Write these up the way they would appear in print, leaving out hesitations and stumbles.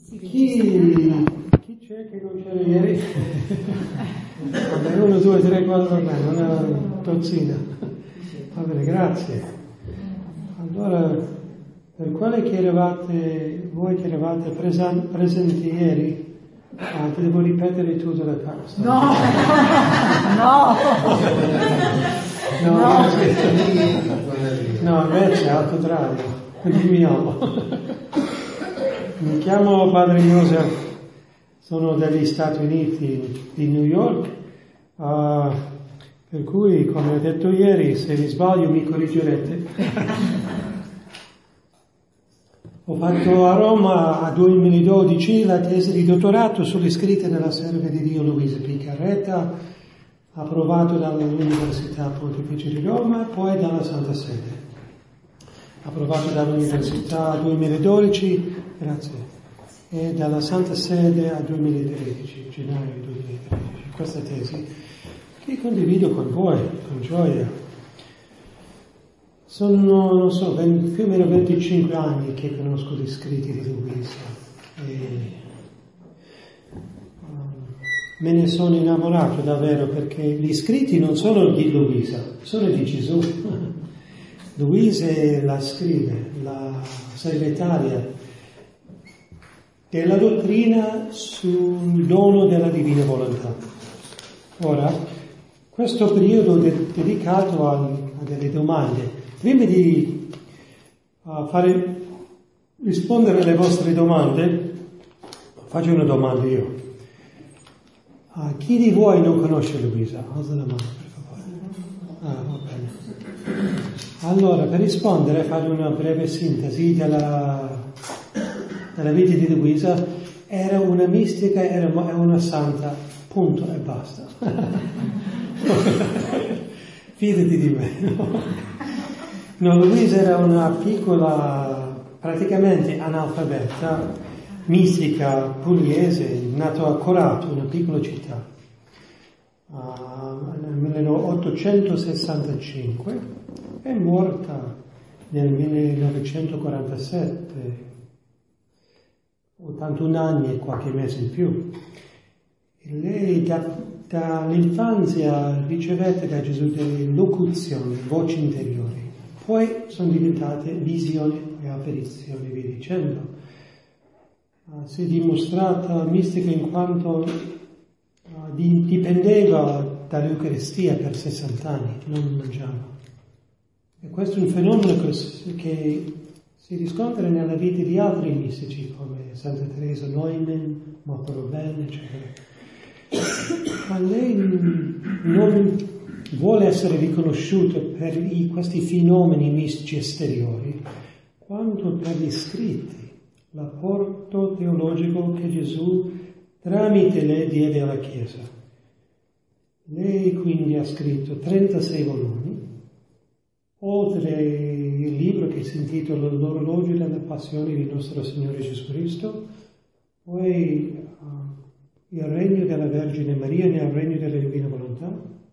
Chi c'è che non c'era ieri? Vabbè, 1, 2, 3, 4, una dozzina. Va bene, grazie. Allora, per quale che eravate, voi che eravate presenti ieri, devo ripetere tutto da capo. No, invece al contrario, mi chiamo Padre Joseph, sono dagli Stati Uniti di New York, per cui, come ho detto ieri, se vi sbaglio mi corrigerete. Ho fatto a Roma a 2012 la tesi di dottorato sulle scritte della serva di Dio Luisa Piccarreta, approvato dall'Università Pontificia di Roma e poi dalla Santa Sede. Approvato dall'Università 2012, grazie, e dalla Santa Sede a 2013, gennaio 2013. Questa tesi che condivido con voi, con gioia. Sono, non so, più o meno 25 anni che conosco gli scritti di Luisa e me ne sono innamorato davvero, perché gli scritti non sono di Luisa, sono di Gesù. Luisa la scrive, la segretaria della dottrina sul dono della divina volontà. Ora, questo periodo dedicato a delle domande. Prima di rispondere alle vostre domande, faccio una domanda io. Chi di voi non conosce Luisa? Alza la mano, per favore. Va bene. Allora, per rispondere, fare una breve sintesi della vita di Luisa. Era una mistica, era una santa, punto e basta. Fidati di me. No, Luisa era una piccola, praticamente analfabeta, mistica pugliese, nato a Corato, una piccola città, nel 1865, è morta nel 1947, 81 anni e qualche mese in più. E lei dall'infanzia ricevette da Gesù delle locuzioni, voci interiori, poi sono diventate visioni e apparizioni, via dicendo. Si è dimostrata mistica in quanto dipendeva dall'Eucaristia per 60 anni, non mangiava. E questo è un fenomeno che si riscontra nella vita di altri mistici come Santa Teresa Neumann, Marco Robin, eccetera. Ma lei non vuole essere riconosciuta per questi fenomeni mistici esteriori, quanto per gli scritti, l'apporto teologico che Gesù tramite lei diede alla Chiesa. Lei quindi ha scritto 36 volumi, oltre il libro che si intitola L'orologio delle passioni di nostro Signore Gesù Cristo, poi il regno della Vergine Maria nel regno della Divina Volontà,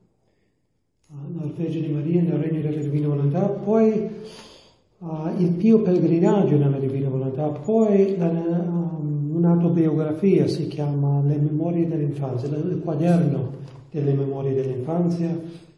la Vergine Maria nel regno della Divina Volontà, poi il pio pellegrinaggio nella Divina Volontà, poi un'autobiografia si chiama Le Memorie dell'Infanzia, il quaderno delle Memorie dell'Infanzia.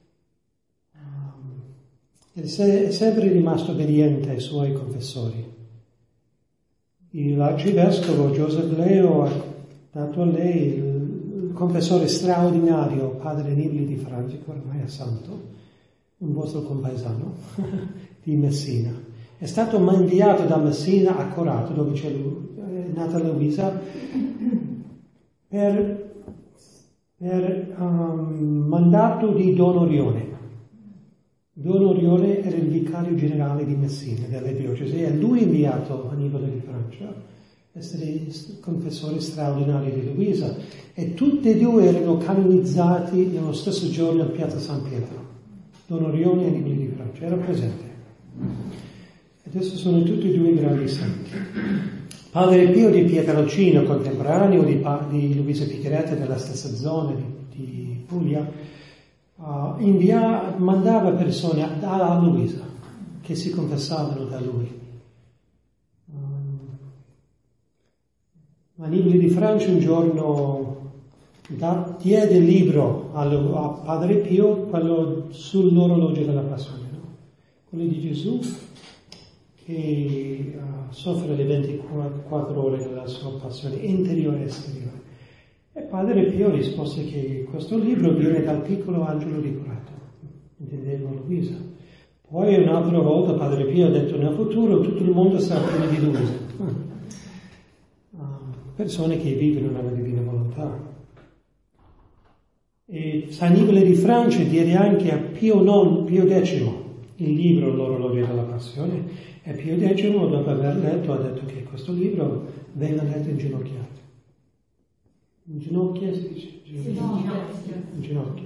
È sempre rimasto obbediente ai suoi confessori. L'arcivescovo Joseph Leo ha dato a lei il confessore straordinario, padre Nibli di Francia, che ormai è santo, un vostro compaesano di Messina. È stato mandato da Messina a Corato, dove è nata Luisa, per mandato di Don Orione. Don Orione era il vicario generale di Messina, delle diocesi, e lui è inviato a Nibali di Francia, essere il confessore straordinario di Luisa, e tutti e due erano canonizzati nello stesso giorno a Piazza San Pietro. Don Orione e Nibali di Francia, era presente. Adesso sono tutti e due grandi santi. Padre Pio di Pietrelcina, contemporaneo di Luisa Piccarreta della stessa zona di Puglia, mandava persone a Luisa che si confessavano da lui. Manibili di Francia un giorno diede il libro a Padre Pio, quello sull'orologio della passione, no? Quello di Gesù che soffre le 24 ore della sua passione interiore e esteriore. E Padre Pio rispose che questo libro viene dal piccolo angelo decorato, intendeva Luisa. Poi un'altra volta Padre Pio ha detto nel futuro tutto il mondo sarà pieno di Luisa. Persone che vivono nella divina volontà. E San Nibale di Francia diede anche a Pio X il libro L'orologio della passione, e Pio X dopo aver letto ha detto che questo libro venga letto inginocchiato. In ginocchio si dice? In ginocchio.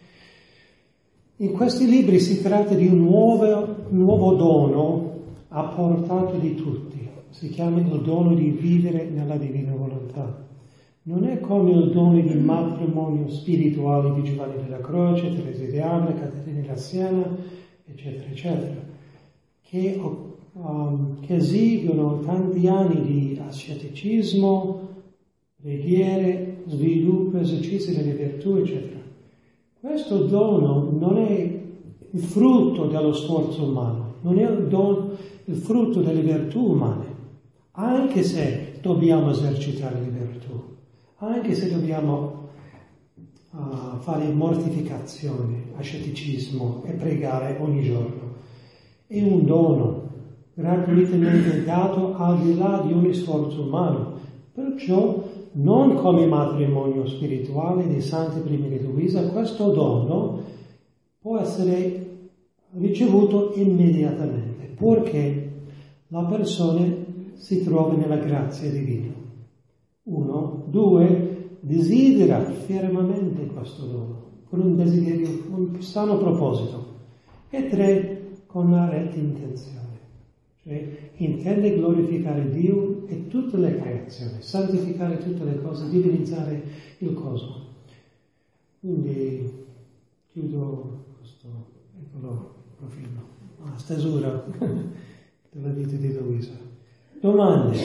In questi libri si tratta di un nuovo dono a portata di tutti. Si chiama il dono di vivere nella divina volontà. Non è come il dono del matrimonio spirituale di Giovanni della Croce, Teresa di Ávila, Caterina da Siena, eccetera, eccetera, che esigono tanti anni di asceticismo, preghiere, sviluppo, esercizio delle virtù, eccetera. Questo dono non è il frutto dello sforzo umano, non è il frutto delle virtù umane, anche se dobbiamo esercitare le virtù, anche se dobbiamo fare mortificazione, asceticismo e pregare ogni giorno. È un dono gratuitamente dato al di là di ogni sforzo umano, perciò non come matrimonio spirituale di Santa Prima di Luisa, questo dono può essere ricevuto immediatamente, purché la persona si trova nella grazia divina. 1, 2, desidera fermamente questo dono, con un desiderio, un sano proposito. E 3, con una retta intenzione. Cioè, intende glorificare Dio e tutte le creazioni, santificare tutte le cose, divinizzare il cosmo. Quindi chiudo questo piccolo profilo, stesura della vita di Luisa. Domande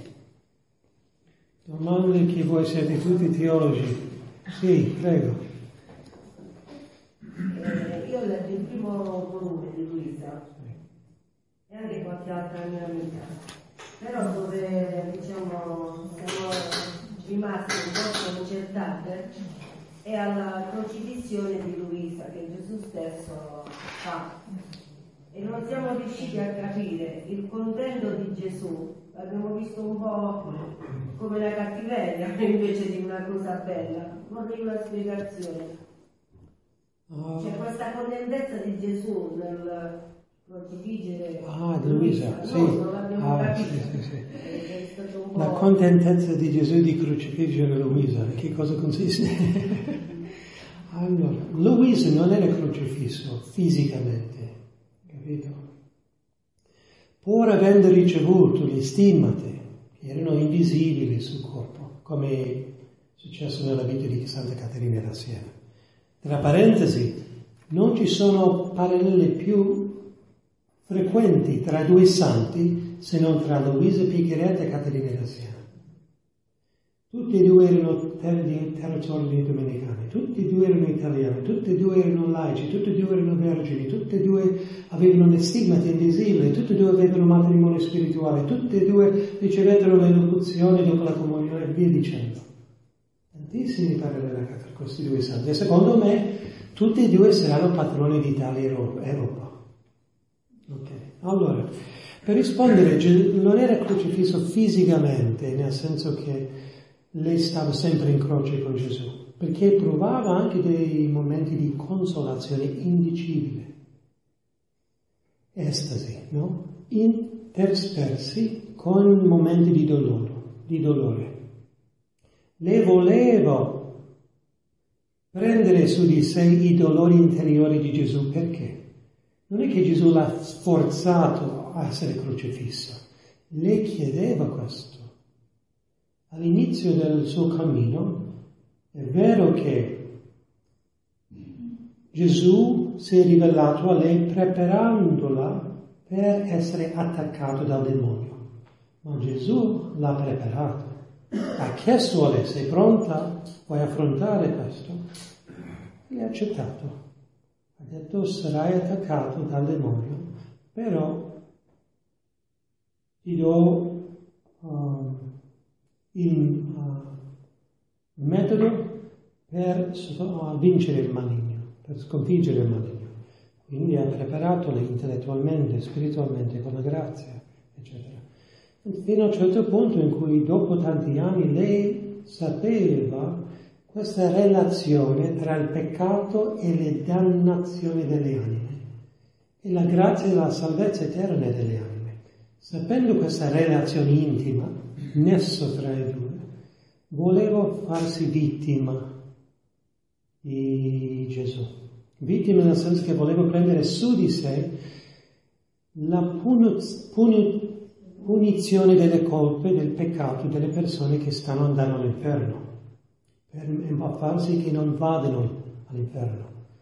che voi siete tutti teologi. Sì, prego. Io ho letto il primo volume di Luisa e anche qualche altra mia amica, però dove siamo rimasti un po' sconcertate è alla crocifissione di Luisa che Gesù stesso fa. E non siamo riusciti a capire il contento di Gesù, l'abbiamo visto un po' come una cattiveria invece di una cosa bella. Vorrei una spiegazione. C'è questa contentezza di Gesù nel crocifiggere di Luisa, sì. Non l'abbiamo capito. Sì. È stato un po'... La contentezza di Gesù di crocifiggere Luisa, che cosa consiste? Allora, Luisa non era crocifisso fisicamente. Capito? Pur avendo ricevuto le stimmate che erano invisibili sul corpo, come è successo nella vita di Santa Caterina da Siena. Tra parentesi, non ci sono parallele più frequenti tra i due santi se non tra Luisa Picchiaretta e Caterina da Siena. Tutti e due erano di territori domenicani, tutti e due erano italiani, tutti e due erano laici, tutti e due erano vergini, tutti e due avevano le stimmate invisibili, tutti e due avevano matrimonio spirituale, tutti e due ricevettero l'elocuzione dopo la comunione e via dicendo. Tantissimi paralleli tra questi due santi. E secondo me tutti e due saranno patroni d'Italia e Europa. Ok, allora, per rispondere, non era crocifisso fisicamente, nel senso che lei stava sempre in croce con Gesù, perché provava anche dei momenti di consolazione indicibile, estasi, no? Interspersi con momenti di dolore. Lei voleva prendere su di sé i dolori interiori di Gesù, perché? Non è che Gesù l'ha sforzato a essere crocifisso, lei chiedeva questo. All'inizio del suo cammino è vero che Gesù si è rivelato a lei preparandola per essere attaccato dal demonio, ma Gesù l'ha preparato. Ha chiesto a lei, sei pronta? Vuoi affrontare questo? E ha accettato. Ha detto, sarai attaccato dal demonio, però ti do il metodo per vincere il maligno, per sconfiggere il maligno. Quindi ha preparato lei intellettualmente, spiritualmente, con la grazia, eccetera. Fino a un certo punto in cui dopo tanti anni lei sapeva questa relazione tra il peccato e le dannazioni delle anime e la grazia e la salvezza eterna delle anime. Sapendo questa relazione intima, nesso tra i due, voleva farsi vittima di Gesù. Vittima nel senso che voleva prendere su di sé la punizione delle colpe, del peccato delle persone che stanno andando all'inferno, per far sì che non vadano all'inferno.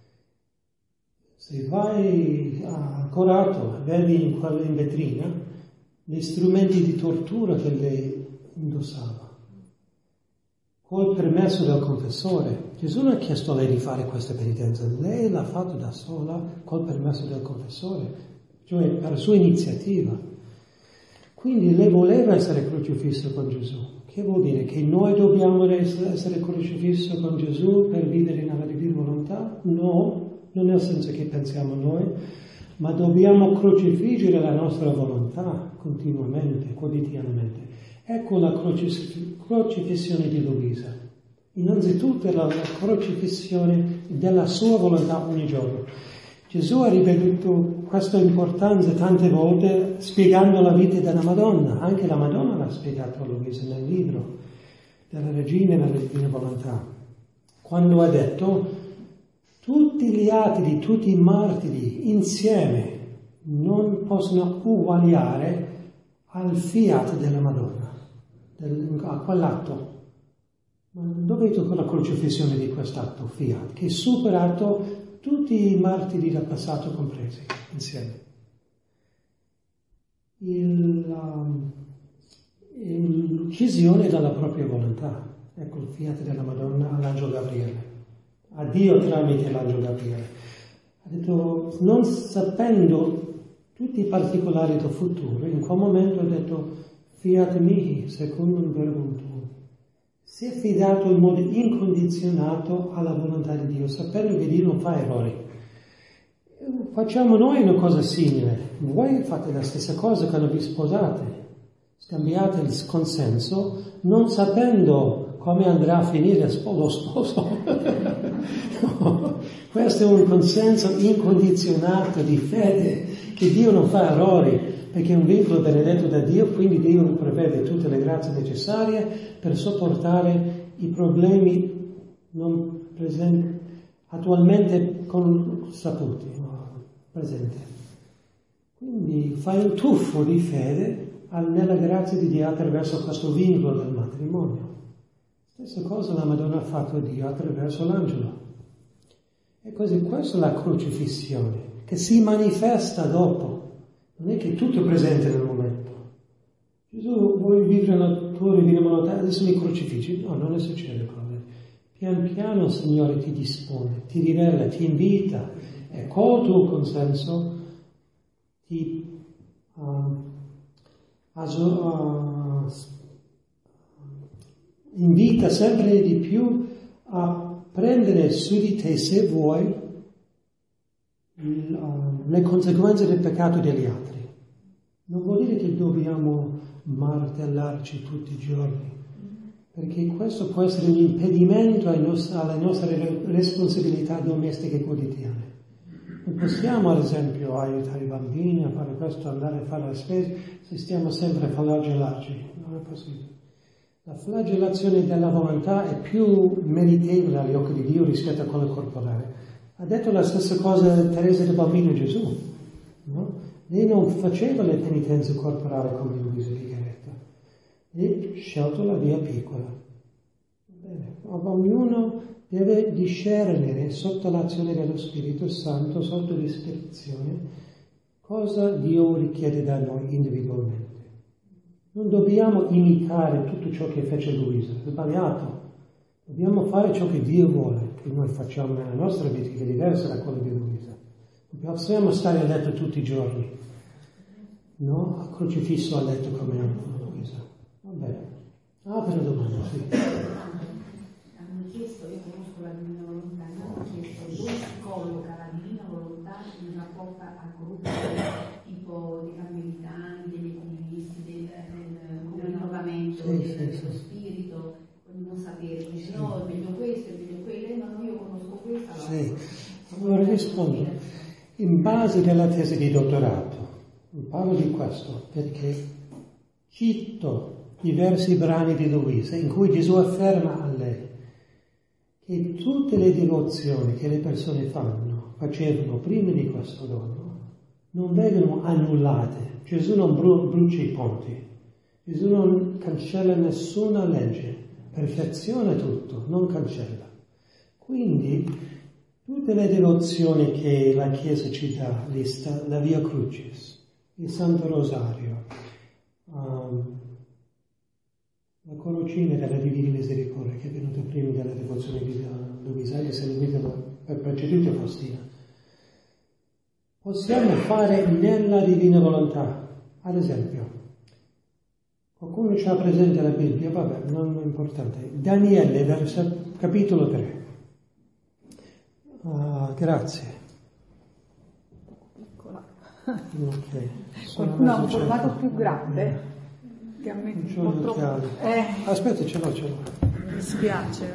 Se vai a Corato, vedi in vetrina gli strumenti di tortura che lei indossava, col permesso del confessore. Gesù non ha chiesto a lei di fare questa penitenza, lei l'ha fatto da sola col permesso del confessore, cioè per sua iniziativa. Quindi lei voleva essere crocifissa con Gesù. Che vuol dire? Che noi dobbiamo essere crocifissi con Gesù per vivere nella divina volontà? No, non nel senso che pensiamo noi, ma dobbiamo crocifiggere la nostra volontà continuamente, quotidianamente. Ecco la crocifissione di Luisa. Innanzitutto la crocifissione della sua volontà ogni giorno. Gesù ha ripetuto questa importanza tante volte spiegando la vita della Madonna. Anche la Madonna l'ha spiegato a Luisa nel libro della Regina nella Divina Volontà. Quando ha detto tutti gli atti di tutti i martiri insieme non possono uguagliare al fiat della Madonna, a quell'atto. Ma dove è la crocifissione di quest'atto fiat, che ha superato tutti i martiri del passato compresi insieme? L'uccisione della propria volontà, ecco il fiat della Madonna all'angelo Gabriele, a Dio tramite l'angelo Gabriele. Ha detto, non sapendo tutti i particolari del futuro, in quel momento ha detto, fiat mihi, secondo il verbum tuo. Si è affidato in modo incondizionato alla volontà di Dio, sapendo che Dio non fa errori. Facciamo noi una cosa simile. Voi fate la stessa cosa quando vi sposate. Scambiate il consenso, non sapendo come andrà a finire lo sposo. No, questo è un consenso incondizionato di fede, che Dio non fa errori, perché è un vincolo benedetto da Dio, quindi Dio prevede tutte le grazie necessarie per sopportare i problemi non presenti, attualmente saputi, presenti. Quindi fai un tuffo di fede nella grazia di Dio attraverso questo vincolo del matrimonio. Stessa cosa la Madonna ha fatto a Dio attraverso l'angelo. E così questa è la crocifissione, che si manifesta dopo. Non è che tutto è presente nel momento. Gesù, vuoi vivere la tua divina volontà, adesso mi crocifiggi? No, non ne succede così. Pian piano il Signore ti dispone, ti rivela, ti invita e col tuo consenso ti invita sempre di più a prendere su di te, se vuoi, le conseguenze del peccato degli altri. Non vuol dire che dobbiamo martellarci tutti i giorni, perché questo può essere un impedimento alle nostre responsabilità domestiche quotidiane. Non possiamo, ad esempio, aiutare i bambini a fare questo, andare a fare le spese, se stiamo sempre a flagellarci. Non è possibile. La flagellazione della volontà è più meritevole agli occhi di Dio rispetto a quella corporale. Ha detto la stessa cosa Teresa del Bambino Gesù, no? Lei non faceva le penitenze corporali come Luisa Figheretta, lei ha scelto la via piccola. Bene. Ognuno deve discernere sotto l'azione dello Spirito Santo, sotto l'ispirazione, cosa Dio richiede da noi individualmente. Non dobbiamo imitare tutto ciò che fece Luisa, è sbagliato. Dobbiamo fare ciò che Dio vuole, che noi facciamo nella nostra vita, che è diversa da quella di Luisa. Non possiamo stare a letto tutti i giorni, no? A crocifisso a letto come Luisa. Va bene. Altra domanda, sì. Hanno chiesto, io conosco la Divina Volontà, hanno chiesto dove si colloca la Divina Volontà in rapporto al gruppo tipo dei carmelitani, degli equilibristi, del rinnovamento dello spirito, non sapere, dice no, è meglio questo, è meglio quello, no, io conosco questo. Sì, allora rispondo. In base della tesi di dottorato, parlo di questo perché cito diversi brani di Luisa in cui Gesù afferma a lei che tutte le devozioni che le persone facevano prima di questo dono, non vengono annullate. Gesù non brucia i ponti, Gesù non cancella nessuna legge, perfeziona tutto, non cancella. Quindi tutte le devozioni che la Chiesa ci dà, la Via Crucis, il Santo Rosario, la corocina della Divina Misericordia che è venuta prima della devozione di Luisa e seguita per preceduta Faustina, possiamo fare nella Divina Volontà. Ad esempio, qualcuno ci ha presente la Bibbia, vabbè, non è importante. Daniele, capitolo 3. Grazie. Piccola. Okay. Qualcuno ha un formato più grande che a me Aspetta, ce l'ho. Mi spiace.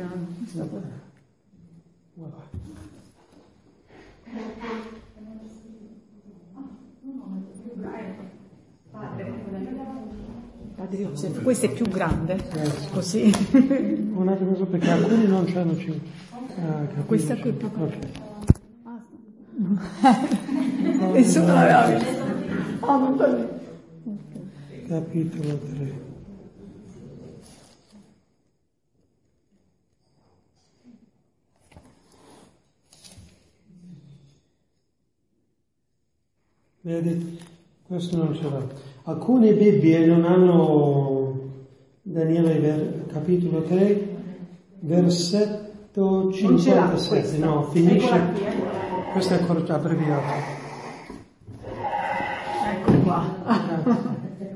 Padre Joseph, questo è più grande, così. Un attimo solo perché alcuni non c'hanno Questa qui è più Nessuno l'aveva visto. Non capitolo 3. Vedi? Questo non ce l'ha. Alcune Bibbie non hanno Daniele capitolo 3, versetto 57. No, finisce. Questo è ancora abbreviato. Ecco qua.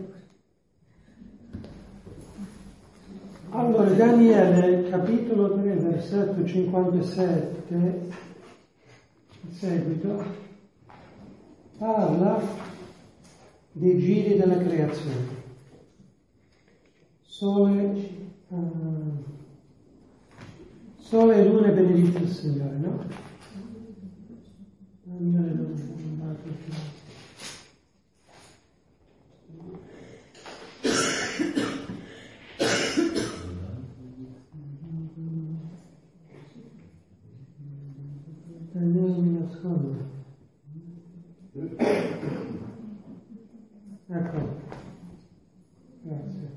Allora, Daniele, capitolo 3, versetto 57, il seguito, parla dei giri della creazione. Sole e luna benedite il Signore, no? Daniele non è andato più. Ecco, grazie.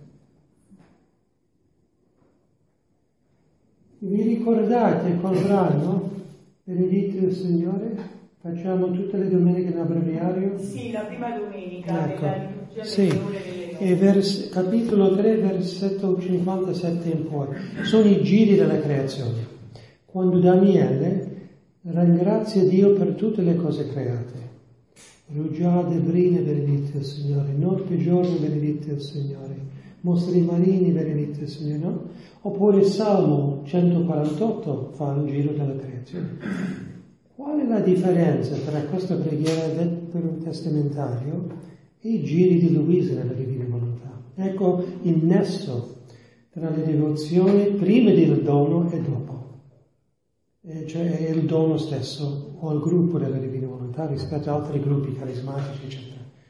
Vi ricordate quel brano? Benedite il Signore? Facciamo tutte le domeniche in abbreviario? Sì, la prima domenica della liturgia sì. delle ore delle E capitolo 3, versetto 57 in poi. Sono i giri della creazione. Quando Daniele ringrazia Dio per tutte le cose create. Rugiade, brine, benedite il Signore. Notte e giorno, benedite il Signore. Mostri marini, benedite il Signore, no? Oppure Salmo 148 fa un giro della creazione. Qual è la differenza tra questa preghiera veterotestamentario e i giri di Luisa nella Divina Volontà? Ecco il nesso tra le devozioni prima del dono e dopo. Cioè è il dono stesso o il gruppo della Divina Volontà rispetto ad altri gruppi carismatici, eccetera.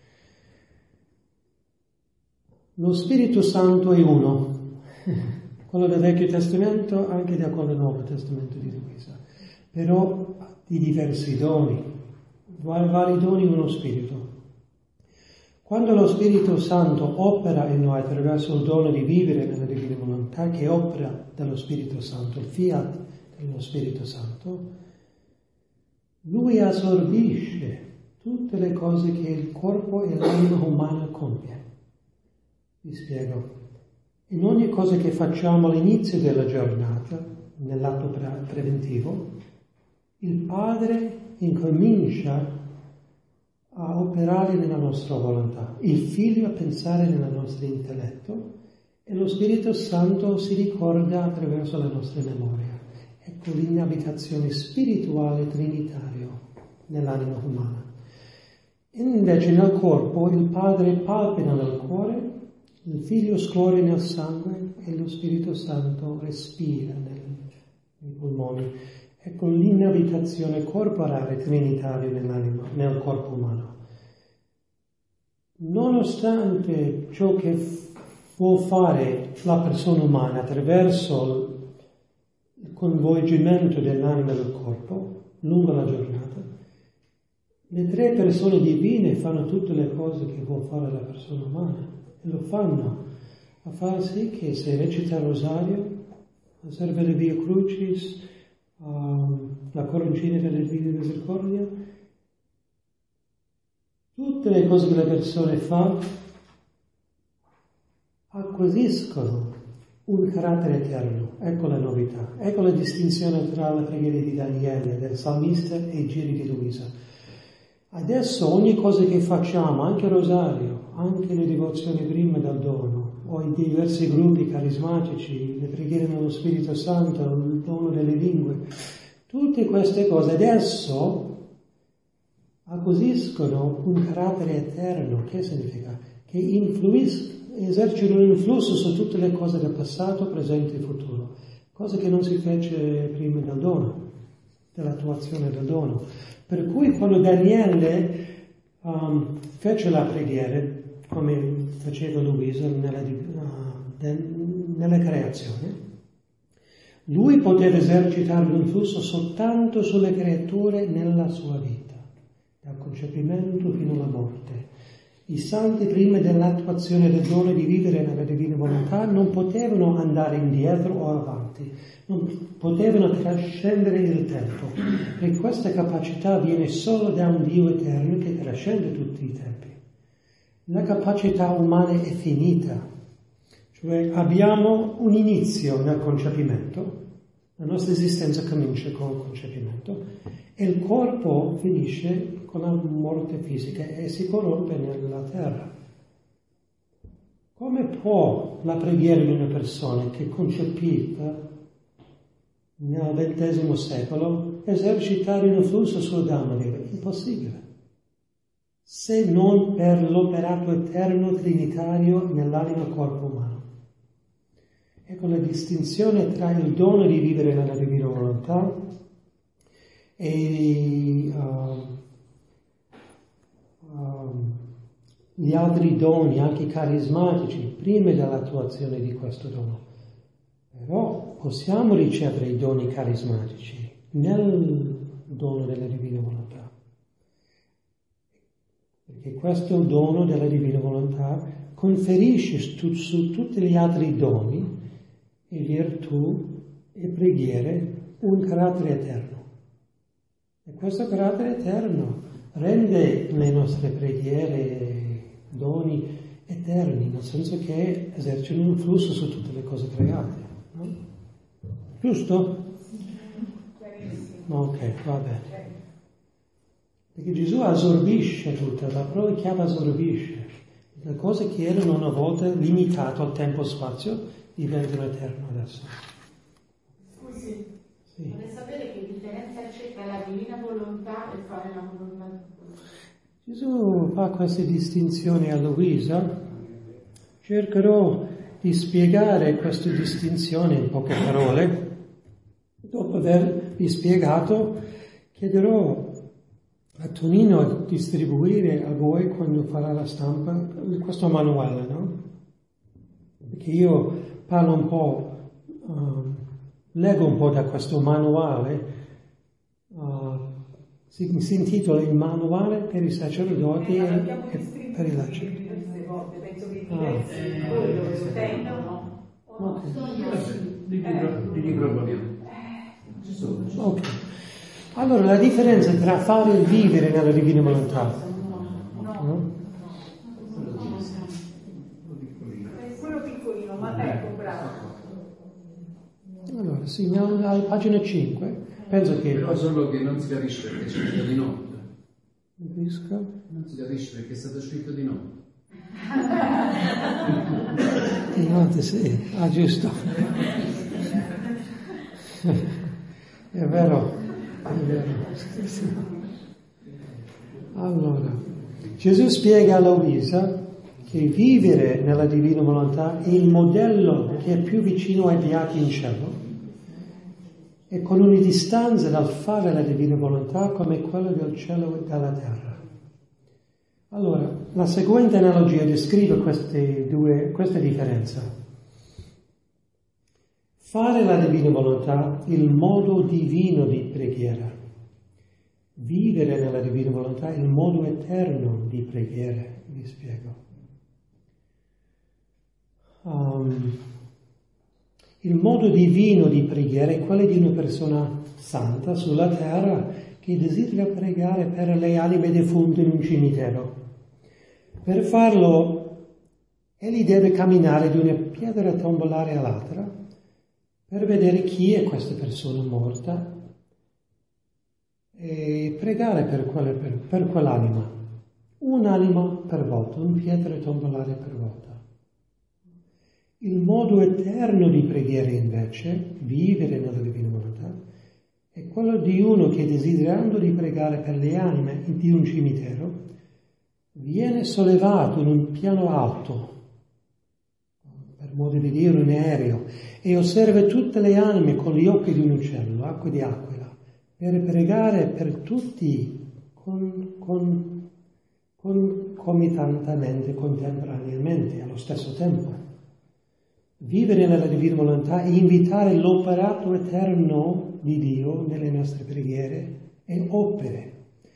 Lo Spirito Santo è uno, quello del Vecchio Testamento anche da quello del Nuovo Testamento di Luisa, però di diversi doni, vari doni uno Spirito. Quando lo Spirito Santo opera in noi attraverso il dono di vivere nella Divina Volontà, che opera dallo Spirito Santo, il fiat dello Spirito Santo, lui assorbisce tutte le cose che il corpo e l'anima umana compie. Vi spiego. In ogni cosa che facciamo all'inizio della giornata, nell'atto preventivo, il Padre incomincia a operare nella nostra volontà, il Figlio a pensare nel nostro intelletto e lo Spirito Santo si ricorda attraverso la nostra memoria. Ecco l'inabitazione spirituale trinitario nell'anima umana. Invece nel corpo il Padre palpita nel cuore, il Figlio scorre nel sangue e lo Spirito Santo respira nei polmoni. Ecco l'inabitazione corporale trinitaria nell'anima, nel corpo umano. Nonostante ciò che può fare la persona umana attraverso il coinvolgimento dell'anima e del corpo lungo la giornata, le tre persone divine fanno tutte le cose che può fare la persona umana e lo fanno a far sì che se recita il rosario, osserva le Via Crucis, la coroncina delle Divine Misericordia, tutte le cose che la persona fa acquisiscono un carattere eterno. Ecco la novità, ecco la distinzione tra la preghiera di Daniele, del salmista e i giri di Luisa. Adesso ogni cosa che facciamo, anche il rosario, anche le devozioni prima del dono, o i diversi gruppi carismatici, le preghiere nello Spirito Santo, il dono delle lingue, tutte queste cose adesso acquisiscono un carattere eterno. Che significa? Che esercitano un influsso su tutte le cose del passato, presente e futuro, cose che non si fece prima del dono, dell'attuazione del dono. Per cui quando Daniele fece la preghiera, come faceva Luisa nella creazione, lui poteva esercitare l'influsso soltanto sulle creature nella sua vita, dal concepimento fino alla morte. I santi prima dell'attuazione del dono di vivere nella divina volontà non potevano andare indietro o avanti, non potevano trascendere il tempo, perché questa capacità viene solo da un Dio eterno che trascende tutti i tempi. La capacità umana è finita, cioè abbiamo un inizio nel concepimento, la nostra esistenza comincia con il concepimento e il corpo finisce con la morte fisica e si corrompe nella terra. Come può la preghiera di una persona che è concepita nel XX secolo esercitare un influsso sull'Adamo? È impossibile. Se non per l'operato eterno trinitario nell'anima e corpo umano. Ecco la distinzione tra il dono di vivere nella divina volontà e gli altri doni, anche carismatici, prima dell'attuazione di questo dono. Però possiamo ricevere i doni carismatici nel dono della divina volontà. Perché questo dono della divina volontà conferisce su tutti gli altri doni e virtù e preghiere un carattere eterno. E questo carattere eterno rende le nostre preghiere, doni eterni, nel senso che esercitano un flusso su tutte le cose create. No? Giusto? Ok, va bene. Perché Gesù assorbisce tutta, la parola chiave assorbisce. Le cose che erano una volta limitate al tempo-spazio diventano eterno adesso. Scusi, sì. Vorrei sapere che differenza c'è tra la divina volontà e fare la volontà di Dio. Gesù fa queste distinzioni a Luisa. Cercherò di spiegare queste distinzioni in poche parole. Dopo avervi spiegato, chiederò a Tonino a distribuire a voi, quando farà la stampa, questo manuale, no? Perché io parlo un po', leggo un po' da questo manuale, si intitola Il manuale per i sacerdoti e per i laici. Penso che diversi voi dove lo tengono. Di libro abbiamo. Ok. Allora, la differenza tra fare e vivere nella divina volontà. No? sì, alla pagina 5, penso che... Però solo che non si capisce perché è scritto di notte. Non si capisce perché è stato scritto di notte. Di notte, sì, giusto. È vero. Allora, Gesù spiega a Luisa che vivere nella divina volontà è il modello che è più vicino ai beati in cielo e con una distanza dal fare la divina volontà come quello del cielo e della terra. Allora, la seguente analogia descrive questa differenza. Fare la divina volontà, il modo divino di preghiera. Vivere nella divina volontà, il modo eterno di preghiera, vi spiego. Il modo divino di preghiera è quello di una persona santa sulla terra che desidera pregare per le anime defunte in un cimitero. Per farlo, egli deve camminare da una pietra tombolare all'altra per vedere chi è questa persona morta e pregare per quell'anima. Un'anima per volta, un pietra tombolare per volta. Il modo eterno di preghiera invece, vivere nella divina volontà, è quello di uno che desiderando di pregare per le anime di un cimitero viene sollevato in un piano alto, per modo di dire un aereo, e osserva tutte le anime con gli occhi di un uccello, acqua di aquila, per pregare per tutti comitantemente, contemporaneamente, allo stesso tempo. Vivere nella divina volontà e invitare l'operato eterno di Dio nelle nostre preghiere e opere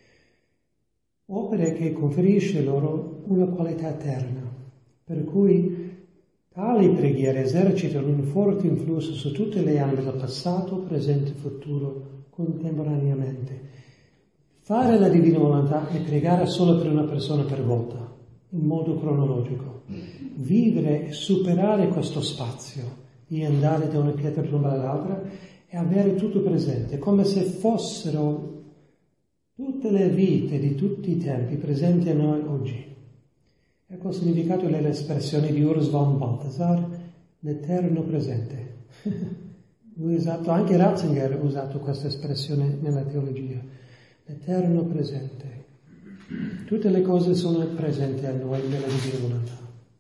che conferisce loro una qualità eterna, per cui tali preghiere esercitano un forte influsso su tutte le anime del passato, presente e futuro contemporaneamente. Fare la divina volontà è pregare solo per una persona per volta, in modo cronologico. Vivere e superare questo spazio di andare da una pietra all'altra e avere tutto presente, come se fossero tutte le vite di tutti i tempi presenti a noi oggi. Ecco il significato dell'espressione di Urs von Balthasar, l'eterno presente. Lui ha usato, anche Ratzinger ha usato questa espressione nella teologia, l'eterno presente. Tutte le cose sono presenti a noi nella divina volontà.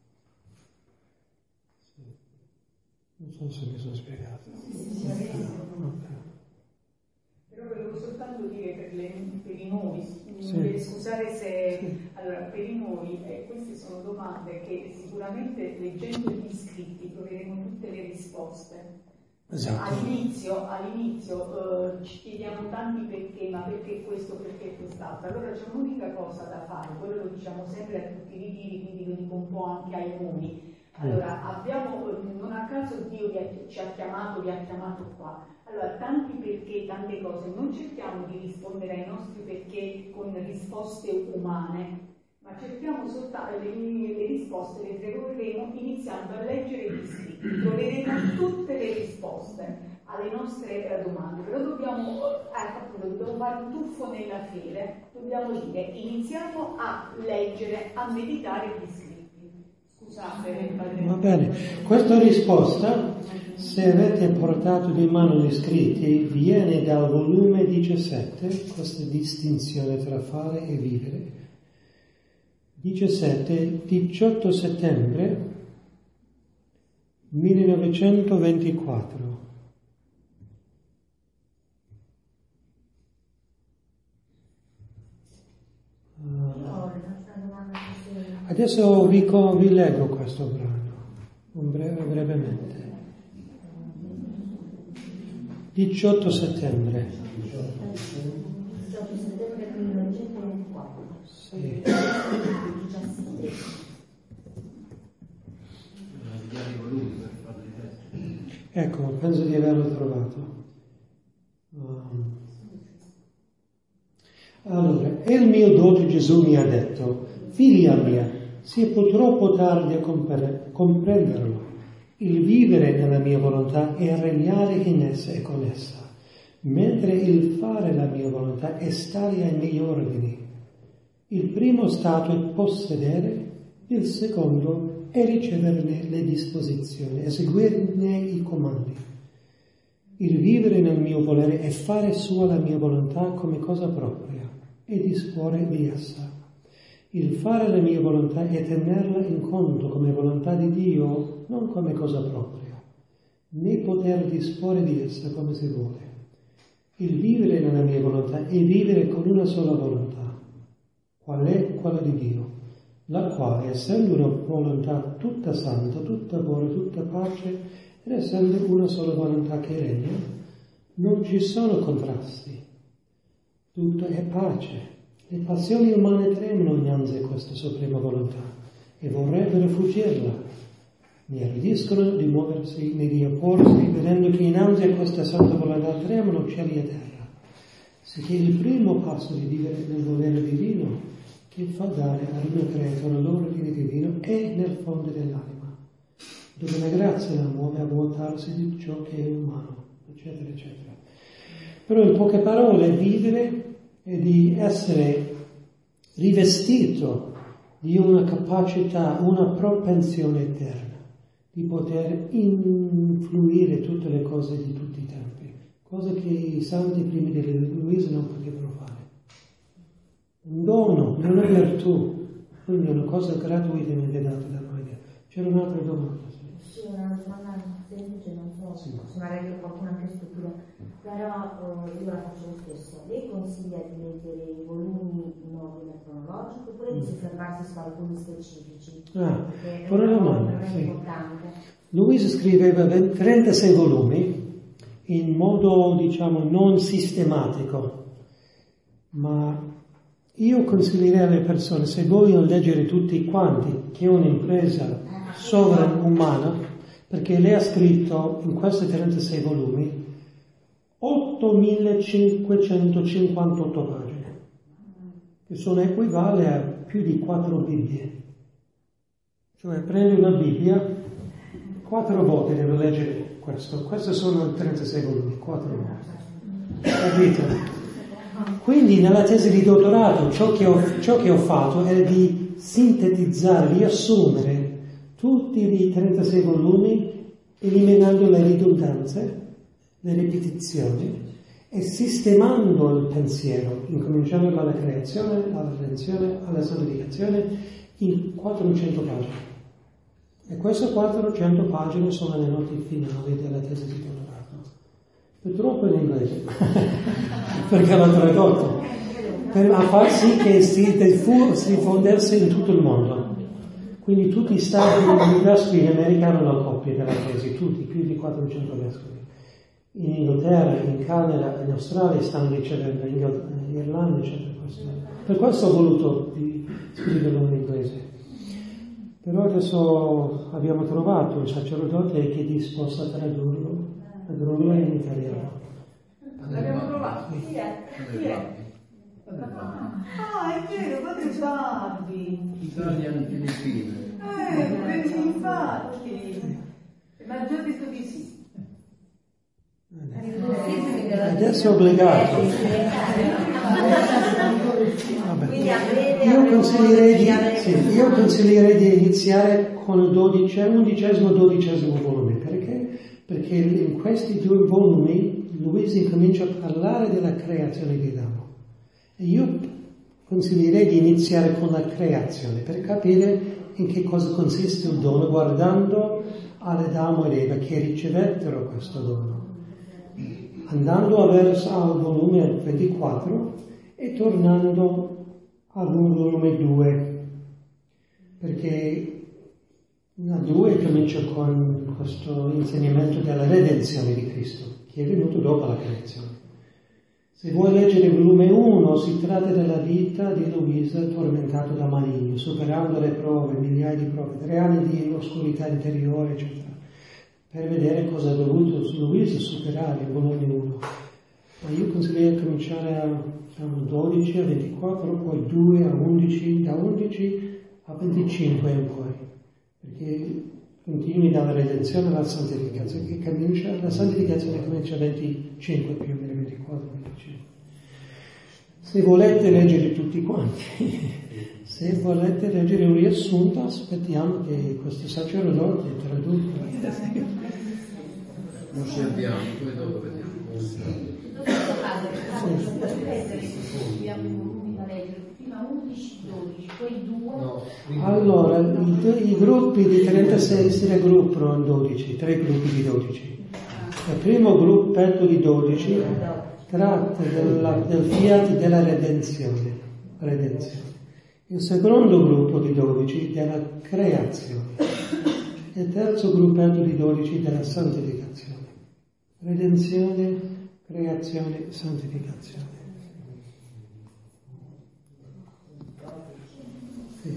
Non so se mi sono spiegato. Però volevo soltanto dire per i nuovi, scusate se... Sì. Allora, per i nuovi, queste sono domande che sicuramente leggendo gli scritti troveremo tutte le risposte. Esatto. All'inizio ci chiediamo tanti perché, ma perché questo, perché quest'altro. Allora c'è un'unica cosa da fare, quello lo diciamo sempre a tutti i ritiri, quindi lo dico un po' anche ai nuovi. Allora, non a caso Dio ci ha chiamato, vi ha chiamato qua. Allora, tanti perché, tante cose, non cerchiamo di rispondere ai nostri perché con risposte umane, ma cerchiamo soltanto le risposte, le troveremo iniziando a leggere gli scritti, troveremo tutte le risposte alle nostre domande, però dobbiamo fare un tuffo nella fede, dobbiamo dire, iniziamo a leggere, a meditare gli scritti. Scusate, va bene, questa risposta, se avete portato di mano gli scritti, viene dal volume 17, questa distinzione tra fare e vivere. 18 settembre 1924. Adesso vi leggo questo brano, brevemente. 18 settembre. 18 settembre 1924. Sì. Ecco, penso di averlo trovato. Allora, e il mio dote Gesù mi ha detto: figlia mia, sia purtroppo tardi a comprenderlo, Il vivere nella mia volontà è regnare in essa e con essa, mentre il fare la mia volontà è stare ai miei ordini. Il primo stato è possedere, il secondo è riceverne le disposizioni, eseguirne i comandi. Il vivere nel mio volere è fare sua la mia volontà come cosa propria e disporre di essa. Il fare la mia volontà è tenerla in conto come volontà di Dio, non come cosa propria, né poter disporre di essa come si vuole. Il vivere nella mia volontà è vivere con una sola volontà, qual è quella di Dio, la quale, essendo una volontà tutta santa, tutta buona, tutta pace, ed essendo una sola volontà che regna, non ci sono contrasti, tutto è pace. Le passioni umane tremano innanzi a questa suprema volontà e vorrebbero fuggirla. Ne aridiscono di muoversi né di opporsi, vedendo che innanzi a questa santa volontà tremano cieli e terra. Sicché il primo passo di vivere nel volere divino, che fa dare ad una creatura l'ordine divino, è nel fondo dell'anima, dove la grazia la muove a vuotarsi di ciò che è umano, eccetera, eccetera. Però in poche parole, vivere è di essere rivestito di una capacità, una propensione eterna, di poter influire tutte le cose di tutti i tempi, cose che i santi primi di Luisa non potevano fare. Un dono, non è virtù, quindi è una cosa gratuitamente data da noi. C'era un'altra domanda? Sì, una domanda semplice, non so, Sì. magari qualcuno anche stupido, però io la faccio lo stesso. Lei consiglia di leggere i volumi in ordine cronologico oppure di fermarsi su alcuni specifici? Buona domanda, è sì. importante. Luisa scriveva 36 volumi in modo, diciamo, non sistematico, ma io consiglierei alle persone, se vogliono leggere tutti quanti, che è un'impresa sovrumana, perché lei ha scritto in questi 36 volumi 8.558 pagine, che sono equivale a più di 4 Bibbie. Cioè prendi una Bibbia, 4 volte devo leggere questo. Questi sono 36 volumi, 4 volte. Capite? Quindi nella tesi di dottorato ciò che ho fatto è di sintetizzare, riassumere tutti i 36 volumi, eliminando le ridondanze, le ripetizioni e sistemando il pensiero, incominciando dalla creazione, alla redenzione, alla santificazione, in 400 pagine. E queste 400 pagine sono le note finali della tesi di dottorato. Purtroppo in inglese, perché l'ho tradotto, per far sì che si diffondesse in tutto il mondo. Quindi tutti i stati universitari in America hanno una copia della tesi, tutti, più di 400 vescovi. In Inghilterra, in Canada, in Australia stanno ricevendo, in Irlanda, eccetera. Per questo ho voluto scriverlo in inglese. Però adesso abbiamo trovato un sacerdote che è disposto a tradurlo in italiano. L'abbiamo trovato. Chi è? Ah, è vero, Padre Salvi. Italian Filipino. Infatti. Ma già detto di sì. Adesso è obbligato. Vabbè. Io consiglierei di iniziare con il 11° volume. Perché? Perché in questi 2 volumi Luisa incomincia a parlare della creazione di Adamo. E io consiglierei di iniziare con la creazione per capire in che cosa consiste il dono, guardando ad Adamo ed Eva che ricevettero questo dono, andando al volume 24 e tornando al volume 2, perché a 2 comincia con questo insegnamento della redenzione di Cristo, che è venuto dopo la creazione. Se vuoi leggere il volume 1, si tratta della vita di Luisa tormentato da maligno, superando le prove, migliaia di prove, 3 anni di oscurità interiore, eccetera, per vedere cosa ha dovuto Luisa superare il volume 1. Ma io consiglio di cominciare a 12 a 24, poi 2 a 11, da 11 a 25 in poi, perché continui dalla redenzione alla santificazione, che comincia, la santificazione comincia a 25 più o meno 24, 25. Se volete leggere tutti quanti, se volete leggere un riassunto, aspettiamo che questo sacerdote traduca. Non ci abbiamo, poi dopo vediamo. Prima 11, 12, poi 2. Allora, i gruppi di 36 si raggruppano in 12, 3 gruppi di 12. Il primo gruppetto di 12 tratta del fiat della redenzione. Il secondo gruppo di 12 della creazione. E il terzo gruppetto di 12 della santificazione. Redenzione, creazione, santificazione. Sì.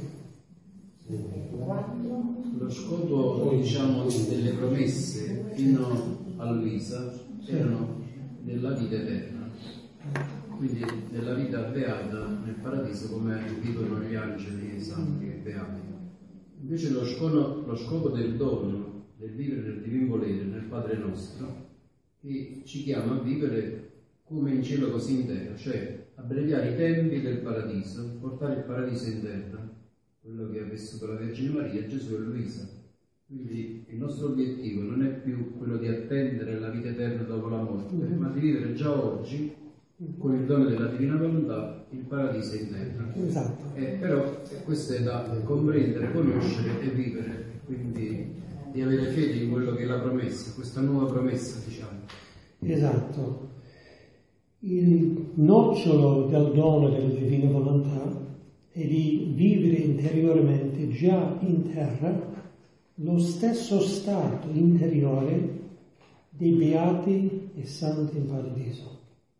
Lo scopo, diciamo, delle promesse fino a Luisa erano della vita eterna, quindi della vita beata nel paradiso, come vivono gli angeli santi e beati. Invece lo scopo del dono, del vivere nel divin volere, nel Padre nostro, che ci chiama a vivere come in cielo così in terra, cioè abbreviare i tempi del paradiso, portare il paradiso in terra, quello che ha vissuto la Vergine Maria, Gesù e Luisa. Quindi il nostro obiettivo non è più quello di attendere la vita eterna dopo la morte, ma di vivere già oggi, con il dono della divina volontà, il paradiso in terra. Esatto. Però questo è da comprendere, conoscere e vivere, quindi di avere fede in quello che è la promessa, questa nuova promessa, diciamo. Esatto. Il nocciolo del dono della divina volontà è di vivere interiormente già in terra lo stesso stato interiore dei beati e santi in paradiso.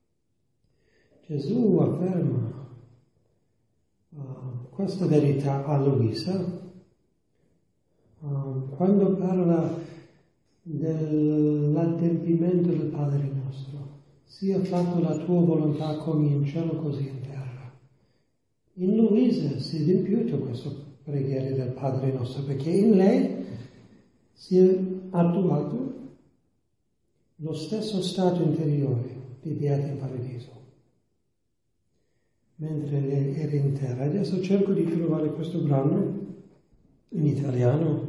Gesù afferma questa verità a Luisa quando parla dell'adempimento del Padre nostro. Sia fatta la tua volontà come in cielo così in terra. In Luisa si è adempiuto questa preghiera del Padre nostro, perché in lei si è attuato lo stesso stato interiore dei beati in paradiso, mentre lei era in terra. Adesso cerco di trovare questo brano in italiano.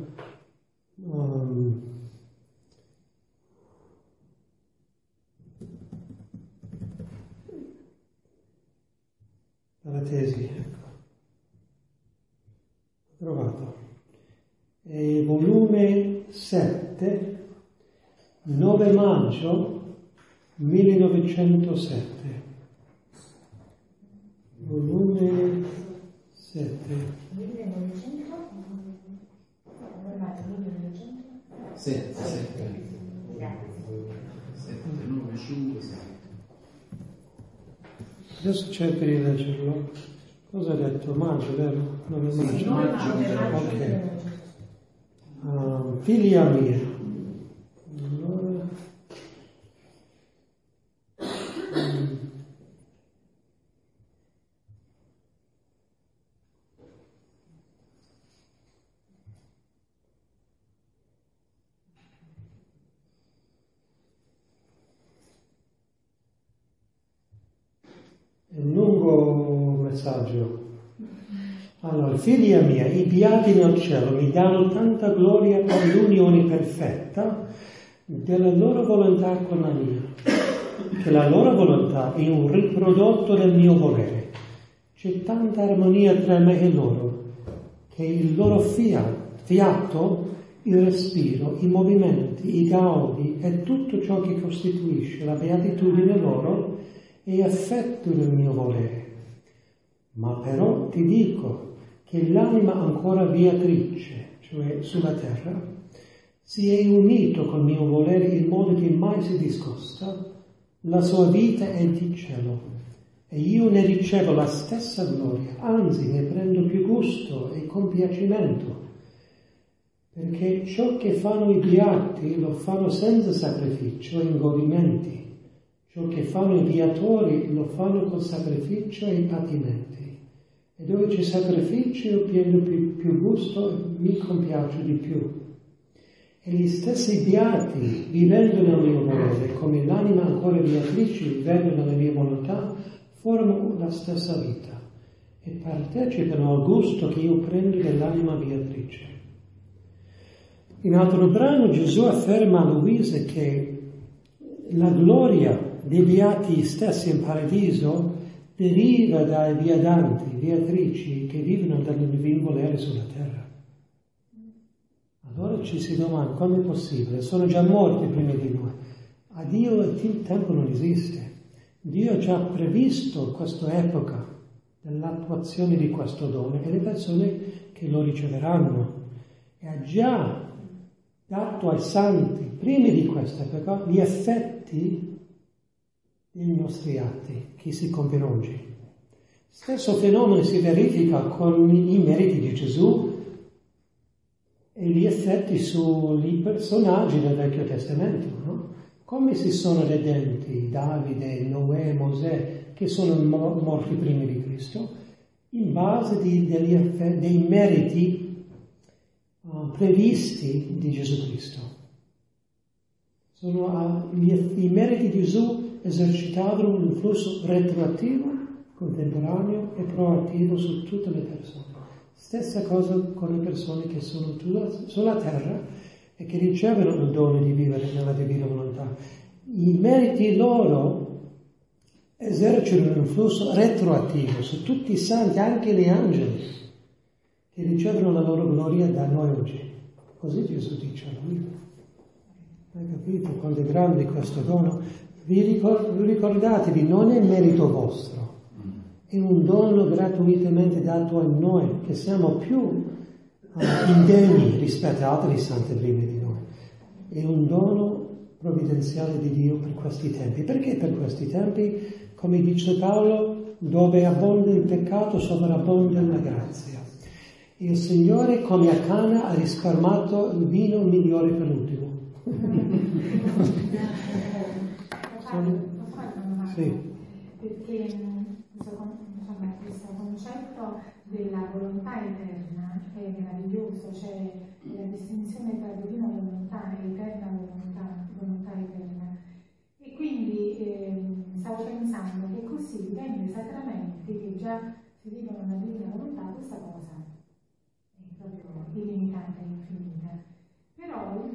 La tesi, ecco. Ho trovato. È il volume 7, 9 maggio 1907. Volume 7. 1900? 9 maggio 1900? 7, 9, 5, 7. Adesso cerco di leggerlo. Cosa ha detto? Maggio, vero? 9 maggio. Sì, maggio. Ok. Figlia mia. Allora. È un lungo messaggio. Allora, figlia mia, i beati nel cielo mi danno tanta gloria per l'unione perfetta della loro volontà con la mia, che la loro volontà è un riprodotto del mio volere. C'è tanta armonia tra me e loro, che il loro fiato, il respiro, i movimenti, i gaudi e tutto ciò che costituisce la beatitudine loro è affetto del mio volere. Ma però ti dico che l'anima ancora beatrice, cioè sulla terra, si è unito col mio volere in modo che mai si discosta, la sua vita è di cielo e io ne ricevo la stessa gloria, anzi ne prendo più gusto e compiacimento, perché ciò che fanno i beati lo fanno senza sacrificio e ingodimenti, ciò che fanno i viatori lo fanno col sacrificio e i patimenti. E dove c'è sacrificio io prendo più gusto e mi compiaccio di più. E gli stessi beati, vivendo nel mio volere, come l'anima ancora beatrice, vivendo nella mia volontà, formano la stessa vita e partecipano al gusto che io prendo dell'anima beatrice. In altro brano Gesù afferma a Luisa che la gloria dei beati stessi in paradiso deriva dai viadanti, beatrici che vivono nel divino volere sulla terra. Allora ci si domanda, come è possibile? Sono già morti prima di noi. A Dio il tempo non esiste. Dio ha già previsto questa epoca dell'attuazione di questo dono e le persone che lo riceveranno. E ha già dato ai santi, prima di questa epoca, gli effetti dei nostri atti che si compiono oggi. Stesso fenomeno si verifica con i meriti di Gesù e gli effetti sui personaggi del Vecchio Testamento, no? Come si sono redenti Davide, Noè, Mosè, che sono morti prima di Cristo, in base dei meriti previsti di Gesù Cristo. I meriti di Gesù esercitavano un flusso retroattivo, contemporaneo e proattivo su tutte le persone. Stessa cosa con le persone che sono sulla terra e che ricevono il dono di vivere nella divina volontà. I meriti loro esercitano un flusso retroattivo su tutti i santi, anche gli angeli, che ricevono la loro gloria da noi oggi. Così Gesù dice a lui. Hai capito quanto è grande questo dono? Vi ricordatevi, non è merito vostro. È un dono gratuitamente dato a noi, che siamo più indegni rispetto ad altri santi prima di noi. È un dono provvidenziale di Dio per questi tempi. Perché per questi tempi, come dice Paolo, dove abbonda il peccato sovrabbonda la grazia. Il Signore, come a Cana, ha risparmiato il vino migliore per l'ultimo. Sì. Perché questo concetto della volontà eterna è meraviglioso, cioè la distinzione tra divina volontà e eterna volontà eterna. E quindi stavo pensando che così, vivendo i sacramenti che già si vivono nella divina volontà, questa cosa è proprio illimitata e infinita. Però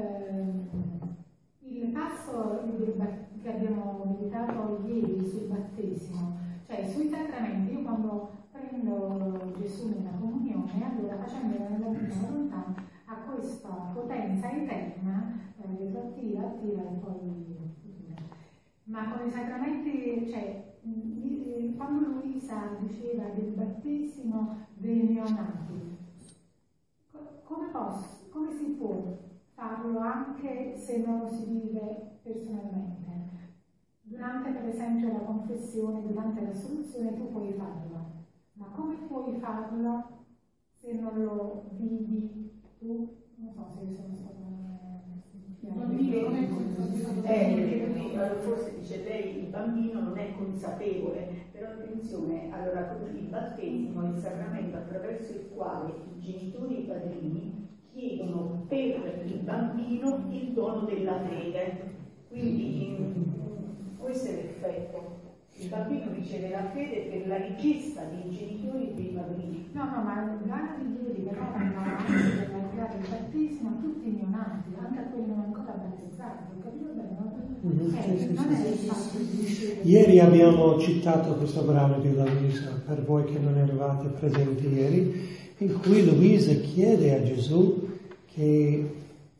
il passo che abbiamo meditato ieri sul battesimo, cioè sui sacramenti, io quando prendo Gesù nella comunione, allora facendolo nella divina volontà, ha questa potenza eterna, retroattiva, attiva e poi futura. Ma con i sacramenti, cioè, quando Luisa diceva del battesimo dei neonati, come si può farlo anche se non lo si vive personalmente? Durante per esempio la confessione, durante l'assoluzione tu puoi farlo, ma come puoi farlo se non lo vivi tu? Non so se sono stata... Non vive come perché lui forse dice lei il bambino non è consapevole, però attenzione, allora il battesimo è il sacramento attraverso il quale i genitori e i padrini chiedono per il bambino il dono della fede, quindi questo è l'effetto. Il bambino riceve la fede per la richiesta dei genitori e dei padrini. No, ma la ieri però hanno anche per la del battesimo a tutti i neonati, anche a quelli non ancora battezzati, ho capito bene? Non è il fatto di ricevere. Ieri abbiamo citato questo brano di Luisa, per voi che non eravate presenti ieri, in cui Luisa chiede a Gesù che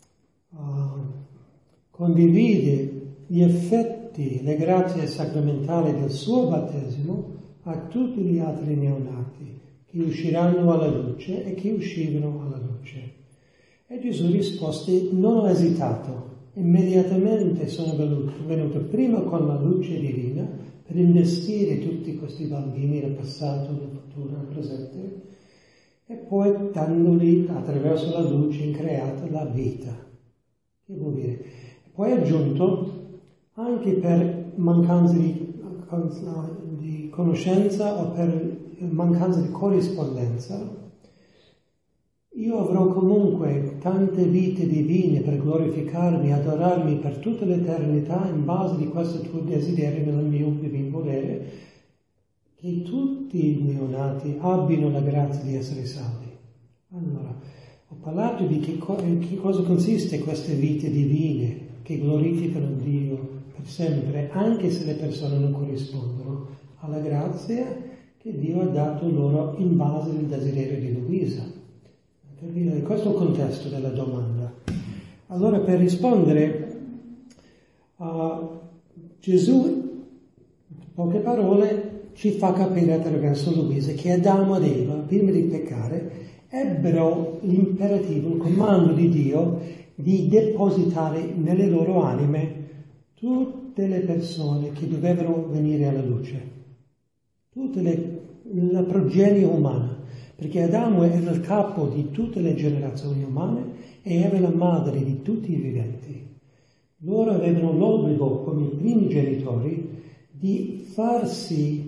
condivide gli effetti, le grazie sacramentali del suo battesimo a tutti gli altri neonati che usciranno alla luce e che uscivano alla luce. E Gesù risposte: non ho esitato, immediatamente sono venuto prima con la luce divina per investire tutti questi bambini nel passato, nel futuro, nel presente, e poi dandoli attraverso la luce increata la vita. Che vuol dire? Poi aggiunto anche per mancanza di conoscenza o per mancanza di corrispondenza, io avrò comunque tante vite divine per glorificarmi e adorarmi per tutta l'eternità in base di questo tuo desiderio nel mio divino volere, che tutti i neonati abbiano la grazia di essere salvi. Allora, ho parlato di che cosa consiste queste vite divine che glorificano Dio per sempre, anche se le persone non corrispondono alla grazia che Dio ha dato loro in base al desiderio di Luisa. Questo è il contesto della domanda. Allora, per rispondere, Gesù, in poche parole, ci fa capire attraverso Luisa che Adamo ed Eva, prima di peccare, ebbero l'imperativo, il comando di Dio di depositare nelle loro anime tutte le persone che dovevano venire alla luce, la progenie umana, perché Adamo era il capo di tutte le generazioni umane e era la madre di tutti i viventi. Loro avevano l'obbligo, come i primi genitori, di farsi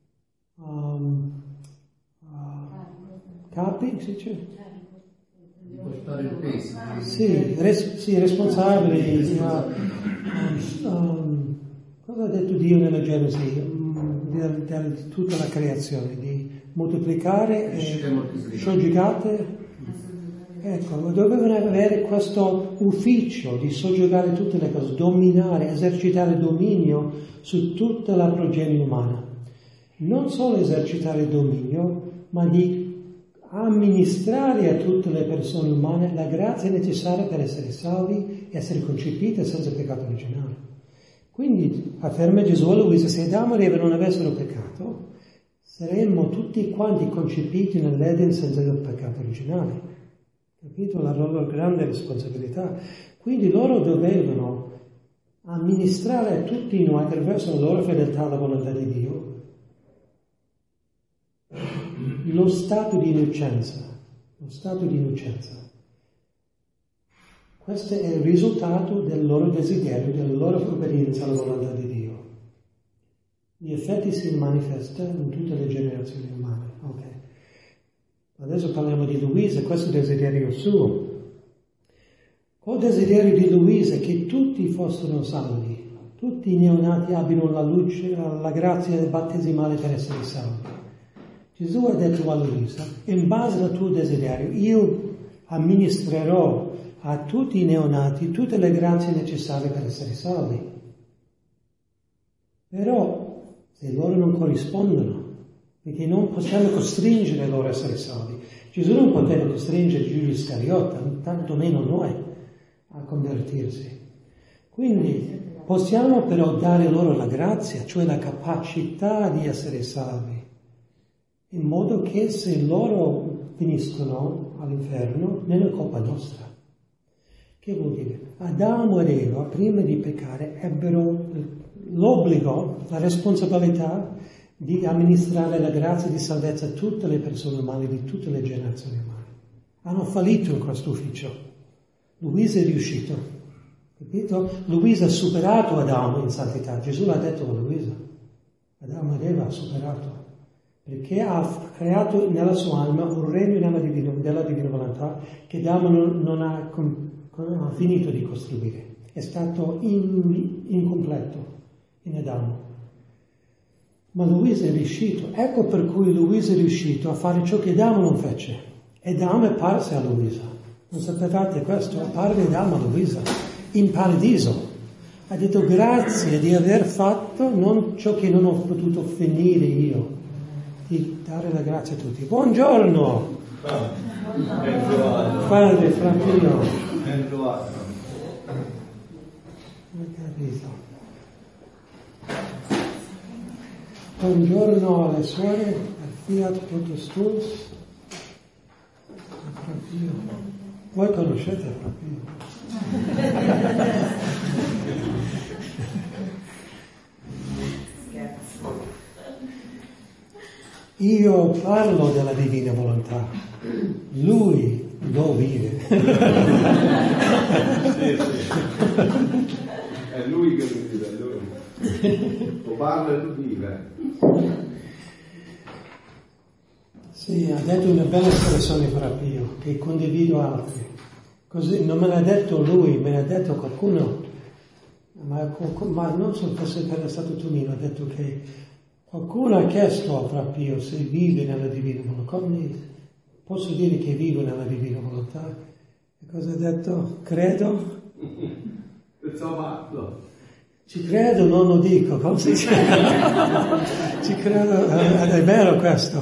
capi, si dice? Di portare il peso. Sì, responsabili. Cosa ha detto Dio nella Genesi? Di tutta la creazione, di moltiplicare e soggiogate. Ecco, dovevano avere questo ufficio di soggiogare tutte le cose, dominare, esercitare dominio su tutta la progenie umana. Non solo esercitare dominio, ma di amministrare a tutte le persone umane la grazia necessaria per essere salvi e essere concepite senza peccato originale. Quindi, afferma Gesù a Luisa, se Adamo ed Eva non avessero peccato, saremmo tutti quanti concepiti nell'Eden senza il peccato originale. Capito? La loro grande responsabilità. Quindi loro dovevano amministrare a tutti noi attraverso la loro fedeltà alla volontà di Dio lo stato di innocenza. Questo è il risultato del loro desiderio, della loro obbedienza alla volontà di Dio. Gli effetti si manifestano in tutte le generazioni umane. Okay. Adesso parliamo di Luisa, questo è il desiderio suo. Col desiderio di Luisa che tutti fossero salvi, tutti i neonati abbiano la luce, la grazia battesimale per essere salvi. Gesù ha detto a Luisa, in base al tuo desiderio, io amministrerò a tutti i neonati tutte le grazie necessarie per essere salvi. Però, se loro non corrispondono, perché non possiamo costringere loro a essere salvi. Gesù non poteva costringere Giulio Iscariota, tanto meno noi, a convertirsi. Quindi possiamo però dare loro la grazia, cioè la capacità di essere salvi, in modo che se loro finiscono all'inferno non è colpa nostra. Che vuol dire? Adamo ed Eva, prima di peccare, ebbero l'obbligo, la responsabilità di amministrare la grazia di salvezza a tutte le persone umane, di tutte le generazioni umane. Hanno fallito in questo ufficio. Luisa è riuscito, capito? Luisa ha superato Adamo in santità. Gesù l'ha detto a Luisa. Adamo ed Eva ha superato, perché ha creato nella sua anima un regno della divina volontà che Adamo non ha finito di costruire. È stato incompleto in Adamo. Ma Luisa è riuscito. Ecco per cui Luisa è riuscito a fare ciò che Adamo non fece. Adamo è apparse a Luisa. Non sapevate questo? Apparve Adamo a Luisa in paradiso. Ha detto grazie di aver fatto non ciò che non ho potuto finire io, di dare la grazia a tutti. Buongiorno! Padre, fratello. Ben trovato. Buongiorno alle suore, al Fiat Protestus. Voi conoscete Frappino? Io parlo della divina volontà, lui lo vive. Sì. È lui che lo vive, è lui. Tu parla e tu vive. Sì, ha detto una bella espressione fra Pio, che condivido altri. Così non me l'ha detto lui, me l'ha detto qualcuno, ma non so, forse era stato Tonino, ha detto che qualcuno ha chiesto a fra Pio se vive nella divina volontà. Come posso dire che vivo nella divina volontà? E cosa ha detto? Credo? Ci credo, non lo dico, come si dice? Ci credo, è vero questo.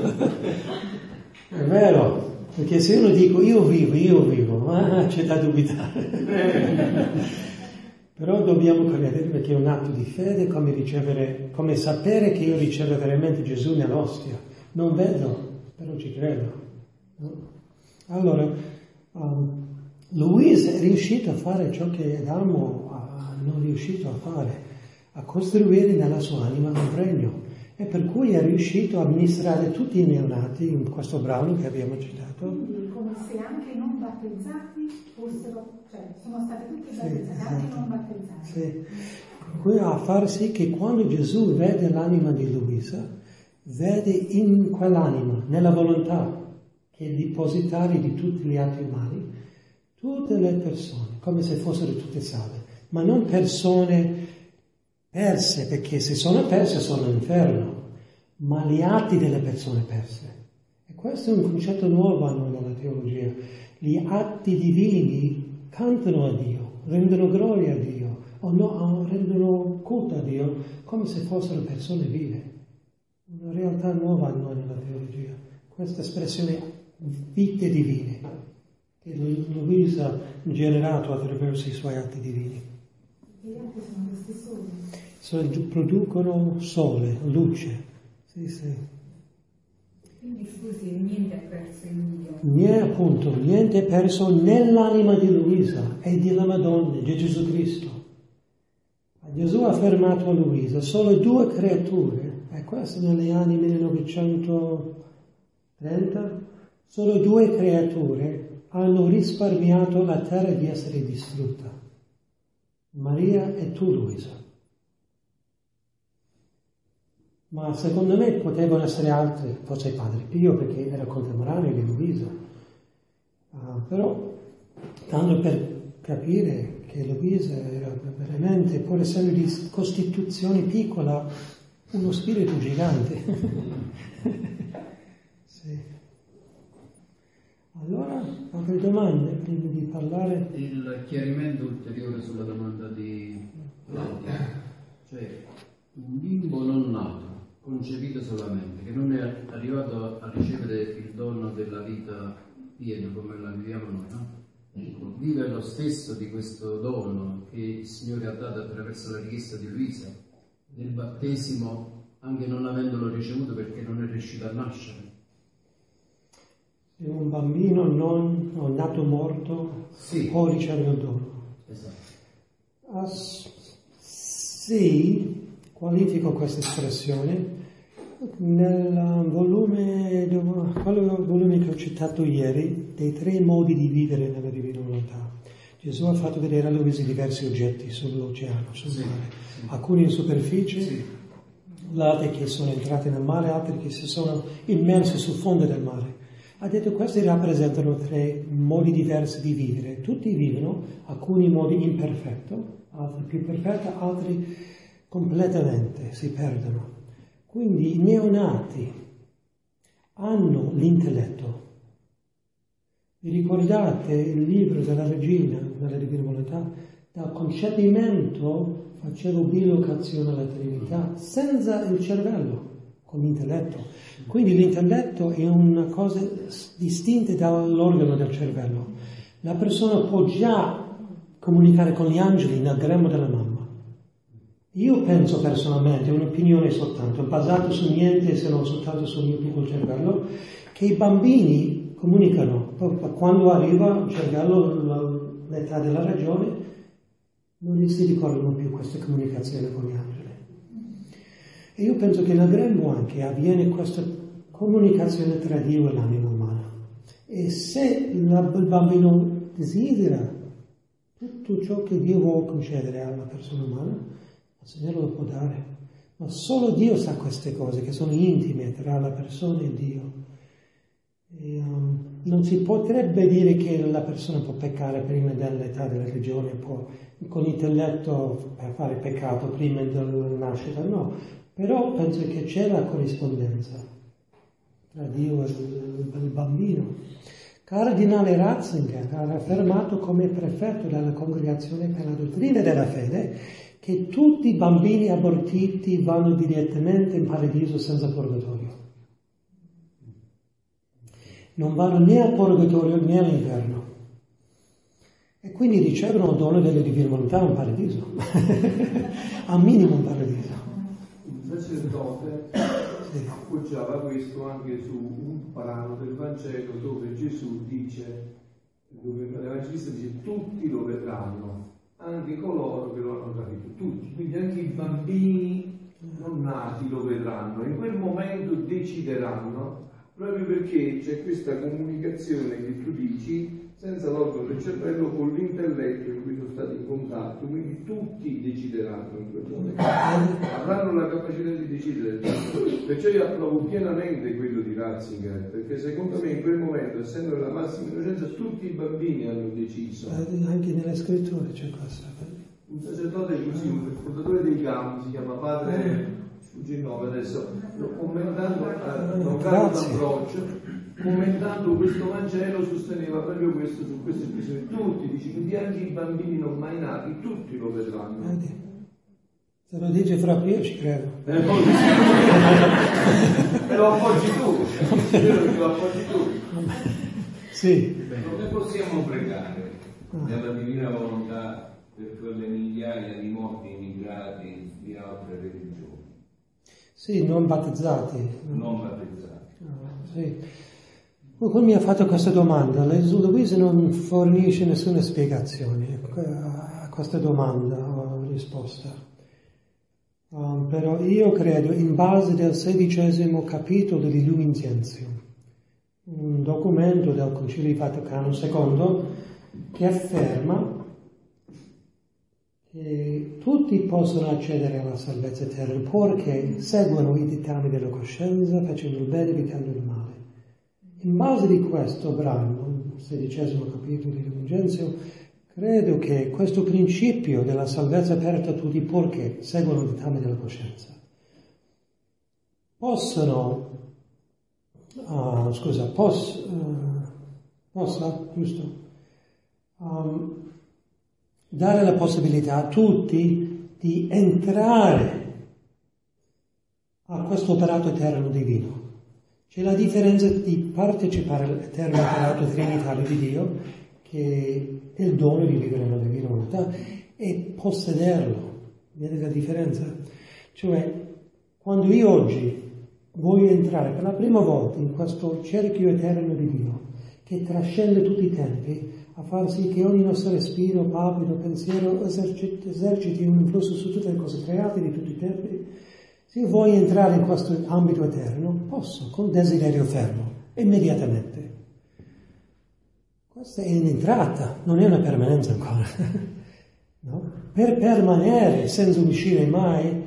È vero, perché se uno dico io vivo, c'è da dubitare. Però dobbiamo credere, perché è un atto di fede, come sapere che io ricevo veramente Gesù nell'ostia. Non vedo, però ci credo. No? Allora, Luisa è riuscita a fare ciò che Adamo non è riuscito a fare, a costruire nella sua anima un regno, e per cui è riuscito a amministrare tutti i neonati in questo brano che abbiamo citato. Quindi come se anche i non battezzati fossero, cioè sono stati tutti battezzati, esatto. Anche non battezzati. Sì. Per cui a far sì che quando Gesù vede l'anima di Luisa, vede in quell'anima, nella volontà che è depositaria di tutti gli atti umani, tutte le persone, come se fossero tutte salve. Ma non persone perse, perché se sono perse sono all'inferno, ma gli atti delle persone perse. E questo è un concetto nuovo a noi nella teologia. Gli atti divini cantano a Dio, rendono gloria a Dio, o rendono culto a Dio, come se fossero persone vive. Una realtà nuova a noi nella teologia. Questa espressione vite divine, che Luisa ha generato attraverso i suoi atti divini. Gli altri sono questi soli. Producono sole, luce. Sì. Quindi scusi, niente è perso in Dio. Niente è perso nell'anima di Luisa e della Madonna, di Gesù Cristo. Gesù ha affermato a Luisa, solo 2 creature, e questo negli anni 1930, solo 2 creature hanno risparmiato la terra di essere distrutta. Maria e tu, Luisa. Ma secondo me potevano essere altri, forse Padre Pio, perché era contemporaneo di Luisa. Però, tanto per capire che Luisa era veramente, pur essendo di costituzione piccola, uno spirito gigante. Sì. Allora, altre domande prima di parlare? Il chiarimento ulteriore sulla domanda di Claudia, cioè un bimbo non nato, concepito solamente, che non è arrivato a ricevere il dono della vita piena come la viviamo noi, no? Vive lo stesso di questo dono che il Signore ha dato attraverso la richiesta di Luisa, del battesimo, anche non avendolo ricevuto perché non è riuscito a nascere. Se un bambino non nato morto può ricevere il dono. Esatto. Sì, qualifico questa espressione nel volume che ho citato ieri, dei 3 modi di vivere nella divina volontà. Gesù ha fatto vedere a Luisa diversi oggetti sull'oceano, sul mare, alcuni in superficie, altri che sono entrati nel mare, altri che si sono immersi sul fondo del mare. Ha detto questi rappresentano 3 modi diversi di vivere. Tutti vivono, alcuni in modo imperfetto, altri più perfetto, altri completamente si perdono. Quindi i neonati hanno l'intelletto. Vi ricordate il libro della regina, nella Divina Volontà? Dal concepimento facevo bilocazione alla Trinità, senza il cervello, con l'intelletto. Quindi l'intelletto è una cosa distinta dall'organo del cervello. La persona può già comunicare con gli angeli nel grembo della mamma. Io penso personalmente, un'opinione soltanto, basata su niente se non soltanto sul mio piccolo cervello, che i bambini comunicano. Quando arriva il cervello, l'età della ragione, non si ricordano più questa comunicazione con gli angeli. E io penso che nel grembo anche avviene questa comunicazione tra Dio e l'anima umana. E se il bambino desidera tutto ciò che Dio vuole concedere alla persona umana, il Signore lo può dare. Ma solo Dio sa queste cose che sono intime tra la persona e Dio. Non si potrebbe dire che la persona può peccare prima dell'età della religione, può con intelletto fare peccato prima della nascita, no, però penso che c'è la corrispondenza tra Dio e il bambino. Cardinale Ratzinger ha affermato come prefetto della Congregazione per la Dottrina della Fede che tutti i bambini abortiti vanno direttamente in paradiso senza purgatorio. Non vanno né al purgatorio né all'inferno. E quindi ricevono il dono della divina volontà in paradiso. Al minimo in paradiso. Il sacerdote appoggiava questo anche su un brano del Vangelo dove Gesù dice, dove l'Evangelista dice tutti lo vedranno, anche coloro che lo hanno capito, tutti, quindi anche i bambini non nati lo vedranno, in quel momento decideranno, proprio perché c'è questa comunicazione che tu dici senza l'organo del cervello con l'intelletto in cui sono stati in contatto, quindi tutti decideranno in quel momento, avranno la capacità di decidere. Perciò io approvo pienamente quello di Ratzinger, perché secondo me in quel momento, essendo nella massima innocenza, tutti i bambini hanno deciso. Anche nelle scritture c'è questo. Un sacerdote così, un fondatore dei campi, si chiama padre Sfuginova, adesso commentando Don Carlo D'Ambrogio, commentando questo Vangelo sosteneva proprio questo, su queste espressioni, tutti, dice, quindi anche i bambini non mai nati, tutti lo vedranno. Se lo dice proprio io ci credo. E lo appoggi tu, è vero che lo appoggi tu. Sì. Come possiamo pregare nella divina volontà per quelle migliaia di morti immigrati di altre religioni? Sì, non battezzati. Non battezzati. Sì. Poi mi ha fatto questa domanda, la Gesù Luisa non fornisce nessuna spiegazione a questa domanda o risposta. Però io credo, in base del 16° capitolo di Lumen Gentium, un documento del Concilio Vaticano II che afferma che tutti possono accedere alla salvezza eterna perché seguono i dettami della coscienza, facendo il bene e evitando il male. In base di questo brano, 16° capitolo di Lumen Gentium, credo che questo principio della salvezza aperta a tutti perché seguono i dettami della coscienza possa, giusto, dare la possibilità a tutti di entrare a questo operato eterno divino. C'è la differenza di partecipare all'eterno operato trinitario di Dio, che è il dono di vivere nella divina volontà, e possederlo. Vedete la differenza? Cioè, quando io oggi voglio entrare per la prima volta in questo cerchio eterno di Dio, che trascende tutti i tempi, a far sì che ogni nostro respiro, palpito, pensiero eserciti un influsso su tutte le cose create di tutti i tempi, se io voglio entrare in questo ambito eterno, posso, con desiderio fermo, immediatamente. Questa è un'entrata, non è una permanenza ancora. No? Per permanere senza uscire mai,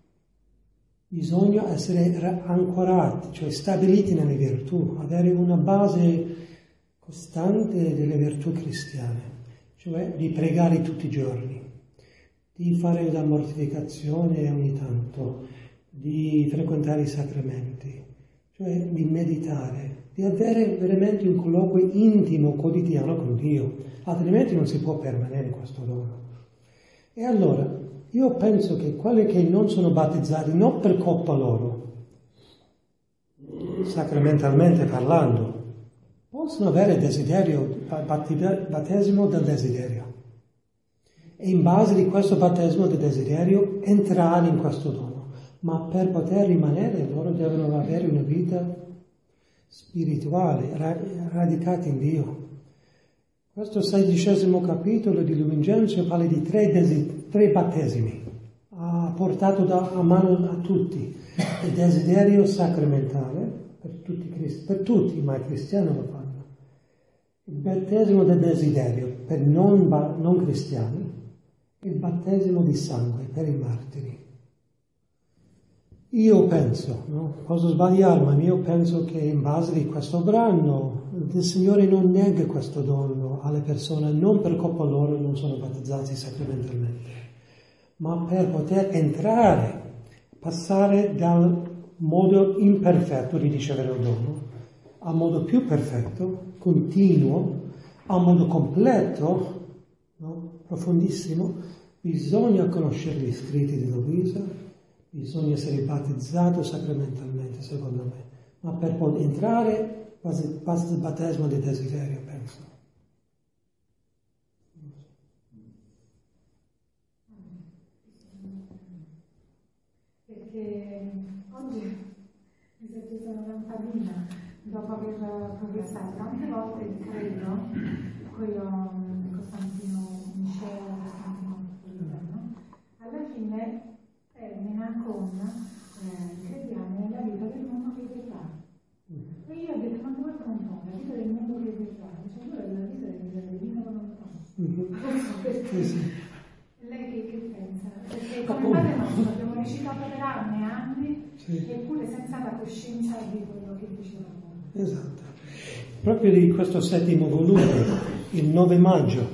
bisogna essere ancorati, cioè stabiliti nelle virtù, avere una base costante delle virtù cristiane, cioè di pregare tutti i giorni, di fare la mortificazione ogni tanto, di frequentare i sacramenti, cioè di meditare, di avere veramente un colloquio intimo, quotidiano con Dio, altrimenti non si può permanere in questo dono. E allora, io penso che quelli che non sono battezzati, non per colpa loro, sacramentalmente parlando, possono avere desiderio, battesimo del desiderio. E in base di questo battesimo del desiderio entrare in questo dono. Ma per poter rimanere loro devono avere una vita spirituale, radicata in Dio. Questo 16° capitolo di Lumen Gentium parla di tre battesimi, ha portato a mano a tutti. Il desiderio sacramentale, per tutti, ma i cristiani lo fanno. Il battesimo del desiderio per non cristiani, il battesimo di sangue per i martiri. io penso, no? Posso sbagliare, ma io penso che in base a questo brano il Signore non nega questo dono alle persone, non per colpa loro non sono battezzati sacramentalmente, ma per poter entrare, passare dal modo imperfetto di ricevere il dono al modo più perfetto, continuo, al modo completo, no? Profondissimo. Bisogna conoscere gli scritti di Luisa, bisogna essere battezzato sacramentalmente, secondo me, ma per poter entrare basta il battesimo di desiderio, penso. Perché oggi mi si è chiusa una lampadina dopo aver professato tante volte il credo, quello Costantino Michele, alla fine termina con crediamo nella vita del mondo che verrà. E io ho detto, ma guarda un po', la vita del mondo che verrà, cioè allora la vita della divina volontà. Lei che pensa? Perché come Padre nostro abbiamo recitato per anni e anni, eppure senza la coscienza di quello che diceva. Esatto. Proprio di questo 7° volume, il 9 maggio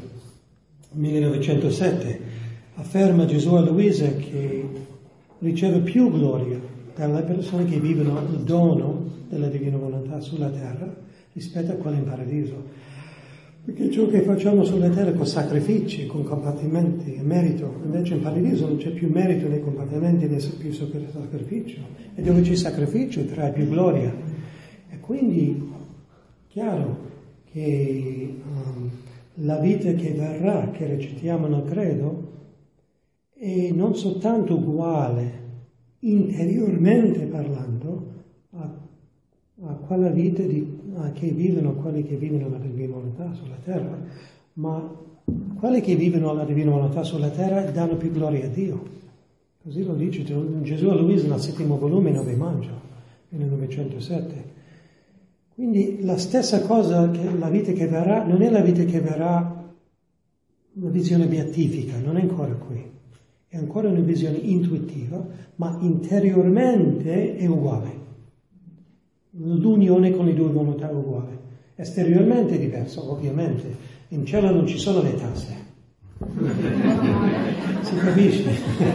1907, afferma Gesù a Luisa che riceve più gloria dalle persone che vivono il dono della divina volontà sulla terra rispetto a quelle in paradiso. Perché ciò che facciamo sulla terra con sacrifici, con combattimenti e merito, invece in paradiso non c'è più merito nei combattimenti né più sacrificio. E dove c'è sacrificio trae più gloria. E quindi, chiaro che la vita che verrà, che recitiamo nel credo, è non soltanto uguale, interiormente parlando, a quella vita che vivono quelli che vivono la divina volontà sulla terra, ma quelli che vivono la divina volontà sulla terra danno più gloria a Dio. Così lo dice Gesù a Luisa nel 7° volume 9 maggio 1907. Quindi la stessa cosa che la vita che verrà, non è la vita che verrà una visione beatifica, non è ancora qui. È ancora una visione intuitiva, ma interiormente è uguale. L'unione con le due volontà è uguale. Esteriormente è diverso, ovviamente. In cielo non ci sono le tasse. Si capisce?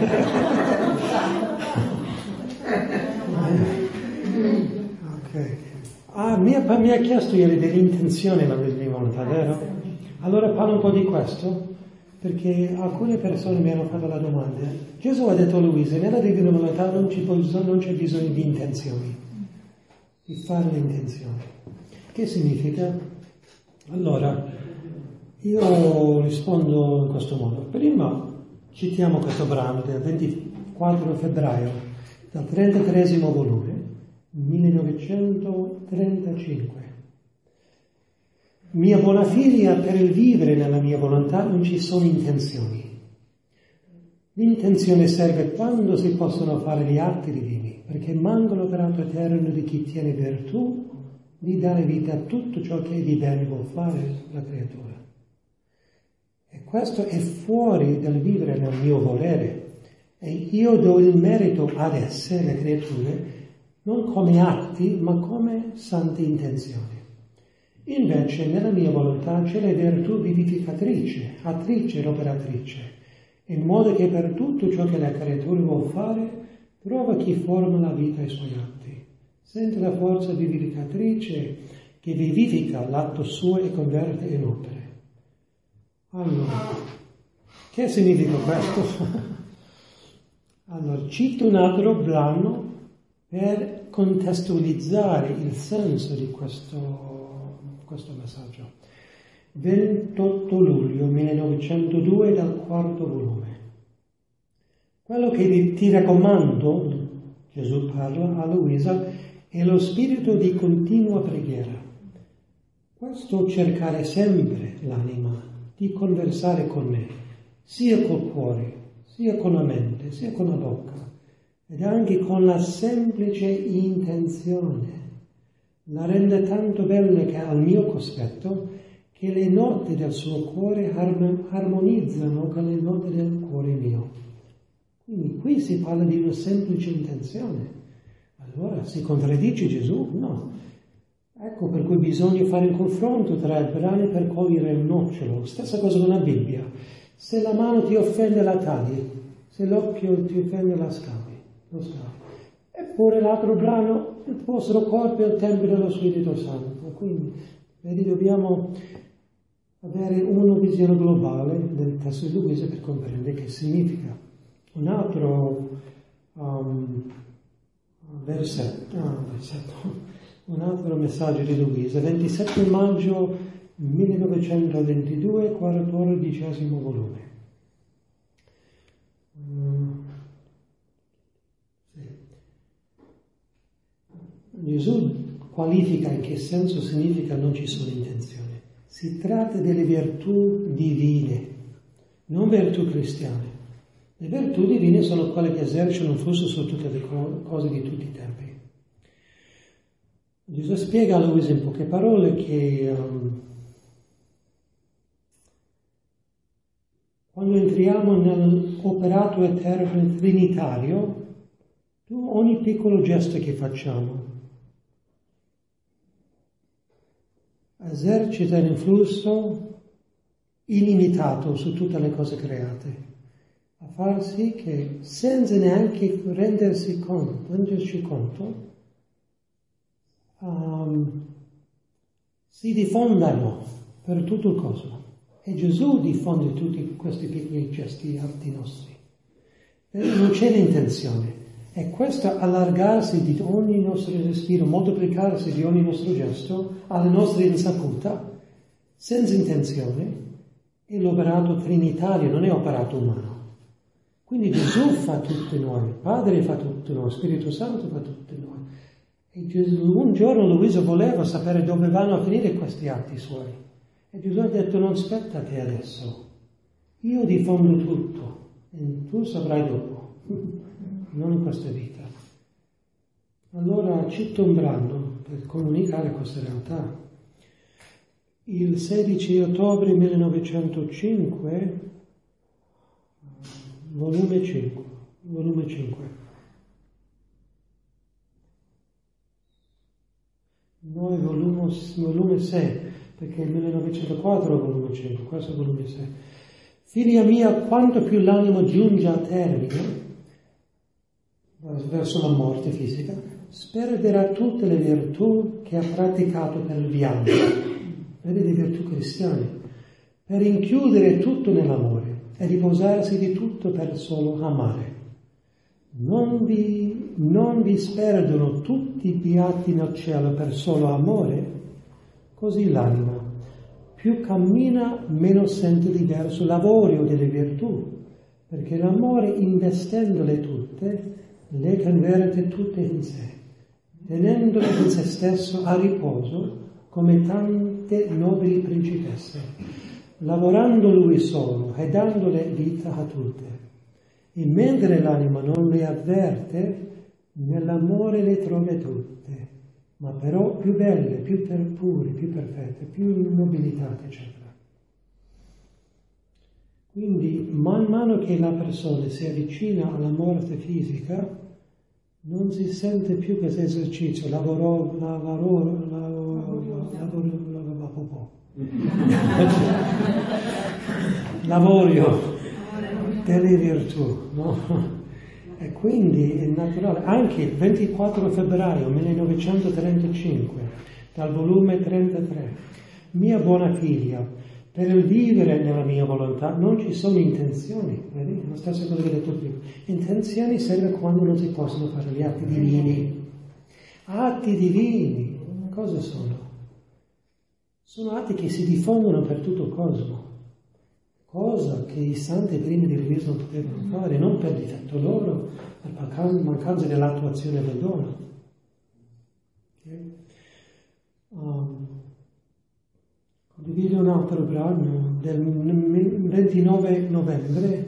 Ok. Mi ha chiesto ieri dell'intenzione la divina volontà, vero? Allora parlo un po' di questo, perché alcune persone mi hanno fatto la domanda. Gesù ha detto a Luisa, nella divina volontà non c'è bisogno di intenzioni, di fare le intenzioni. Che significa? Allora, io rispondo in questo modo. Prima citiamo questo brano del 24 febbraio, del 33° volume, 1935. Mia buona figlia, per il vivere nella mia volontà non ci sono intenzioni. L'intenzione serve quando si possono fare gli atti divini, perché mancano peraltro eterno di chi tiene virtù di dare vita a tutto ciò che di bene vuol fare la creatura. E questo è fuori dal vivere nel mio volere. E io do il merito ad esse, le creature, non come atti, ma come sante intenzioni. Invece nella mia volontà c'è la virtù vivificatrice, attrice ed operatrice, in modo che per tutto ciò che la creatura vuol fare, trova chi forma la vita ai suoi atti. Sente la forza vivificatrice che vivifica l'atto suo e converte in opere. Allora, che significa questo? Allora, cito un altro brano per contestualizzare il senso di questo messaggio. 28 luglio 1902 dal 4° volume. Quello che ti raccomando, Gesù parla a Luisa, è lo spirito di continua preghiera. Questo cercare sempre l'anima di conversare con me, sia col cuore, sia con la mente, sia con la bocca, ed anche con la semplice intenzione. La rende tanto bella che al mio cospetto che le note del suo cuore armonizzano con le note del cuore mio. Quindi qui si parla di una semplice intenzione. Allora si contraddice Gesù? No. Ecco per cui bisogna fare un confronto tra il brano per cogliere il nocciolo. Stessa cosa con la Bibbia. Se la mano ti offende la tagli, se l'occhio ti offende lo scambi. Eppure l'altro brano, il vostro corpo è il tempio dello Spirito Santo. Quindi, vedi, dobbiamo avere una visione globale del testo di Luisa per comprendere che significa. Un altro un altro messaggio di Luisa, 27 maggio 1922, 14° volume. Gesù qualifica in che senso significa non ci sono intenzioni. Si tratta delle virtù divine, non virtù cristiane. Le virtù divine sono quelle che esercitano un flusso su tutte le cose di tutti i tempi. Gesù spiega a Luisa in poche parole che quando entriamo nell'operato eterno trinitario, ogni piccolo gesto che facciamo esercita un influsso illimitato su tutte le cose create, a far sì che senza neanche renderci conto, si diffondano per tutto il cosmo. E Gesù diffonde tutti questi piccoli gesti arti nostri. Non c'è l'intenzione. E questo allargarsi di ogni nostro respiro, moltiplicarsi di ogni nostro gesto, alla nostra insaputa, senza intenzione, è l'operato trinitario, non è operato umano. Quindi Gesù fa tutti noi, Padre fa tutti noi, Spirito Santo fa tutti noi. E Gesù, un giorno Luisa voleva sapere dove vanno a finire questi atti suoi. E Gesù ha detto: non aspetta te adesso, io diffondo tutto e tu saprai dopo, non in questa vita. Allora cito un brano per comunicare questa realtà. Il 16 ottobre 1905, volume 5. Noi volume 6, perché il 1904 volume 5, questo è volume 6. Figlia mia, quanto più l'animo giunge a termine, verso la morte fisica, sperderà tutte le virtù che ha praticato per il viaggio, vedi, le virtù cristiane, per rinchiudere tutto nell'amore e riposarsi di tutto per solo amare. Non vi sperdono tutti i beati nel cielo per solo amore? Così l'anima, più cammina, meno sente diverso l'avorio delle virtù, perché l'amore, investendole tutte, le converte tutte in sé, tenendole in se stesso a riposo come tante nobili principesse, lavorando lui solo e dandole vita a tutte. E mentre l'anima non le avverte, nell'amore le trova tutte, ma però più belle, più pure, più perfette, più nobilitate, eccetera. Quindi, man mano che la persona si avvicina alla morte fisica, non si sente più questo esercizio, lavorio delle virtù, no? E quindi è naturale. Anche il 24 febbraio 1935, dal volume 33, mia buona figlia, per il vivere nella mia volontà non ci sono intenzioni, vedi? La stessa cosa che ho detto prima. Intenzioni serve quando non si possono fare gli atti divini. Atti divini, cosa sono? Sono atti che si diffondono per tutto il cosmo. Cosa che i santi prima di Luisa non potevano fare, non per difetto loro, per mancanza dell'attuazione del dono. Okay? Condivido un altro brano del 29 novembre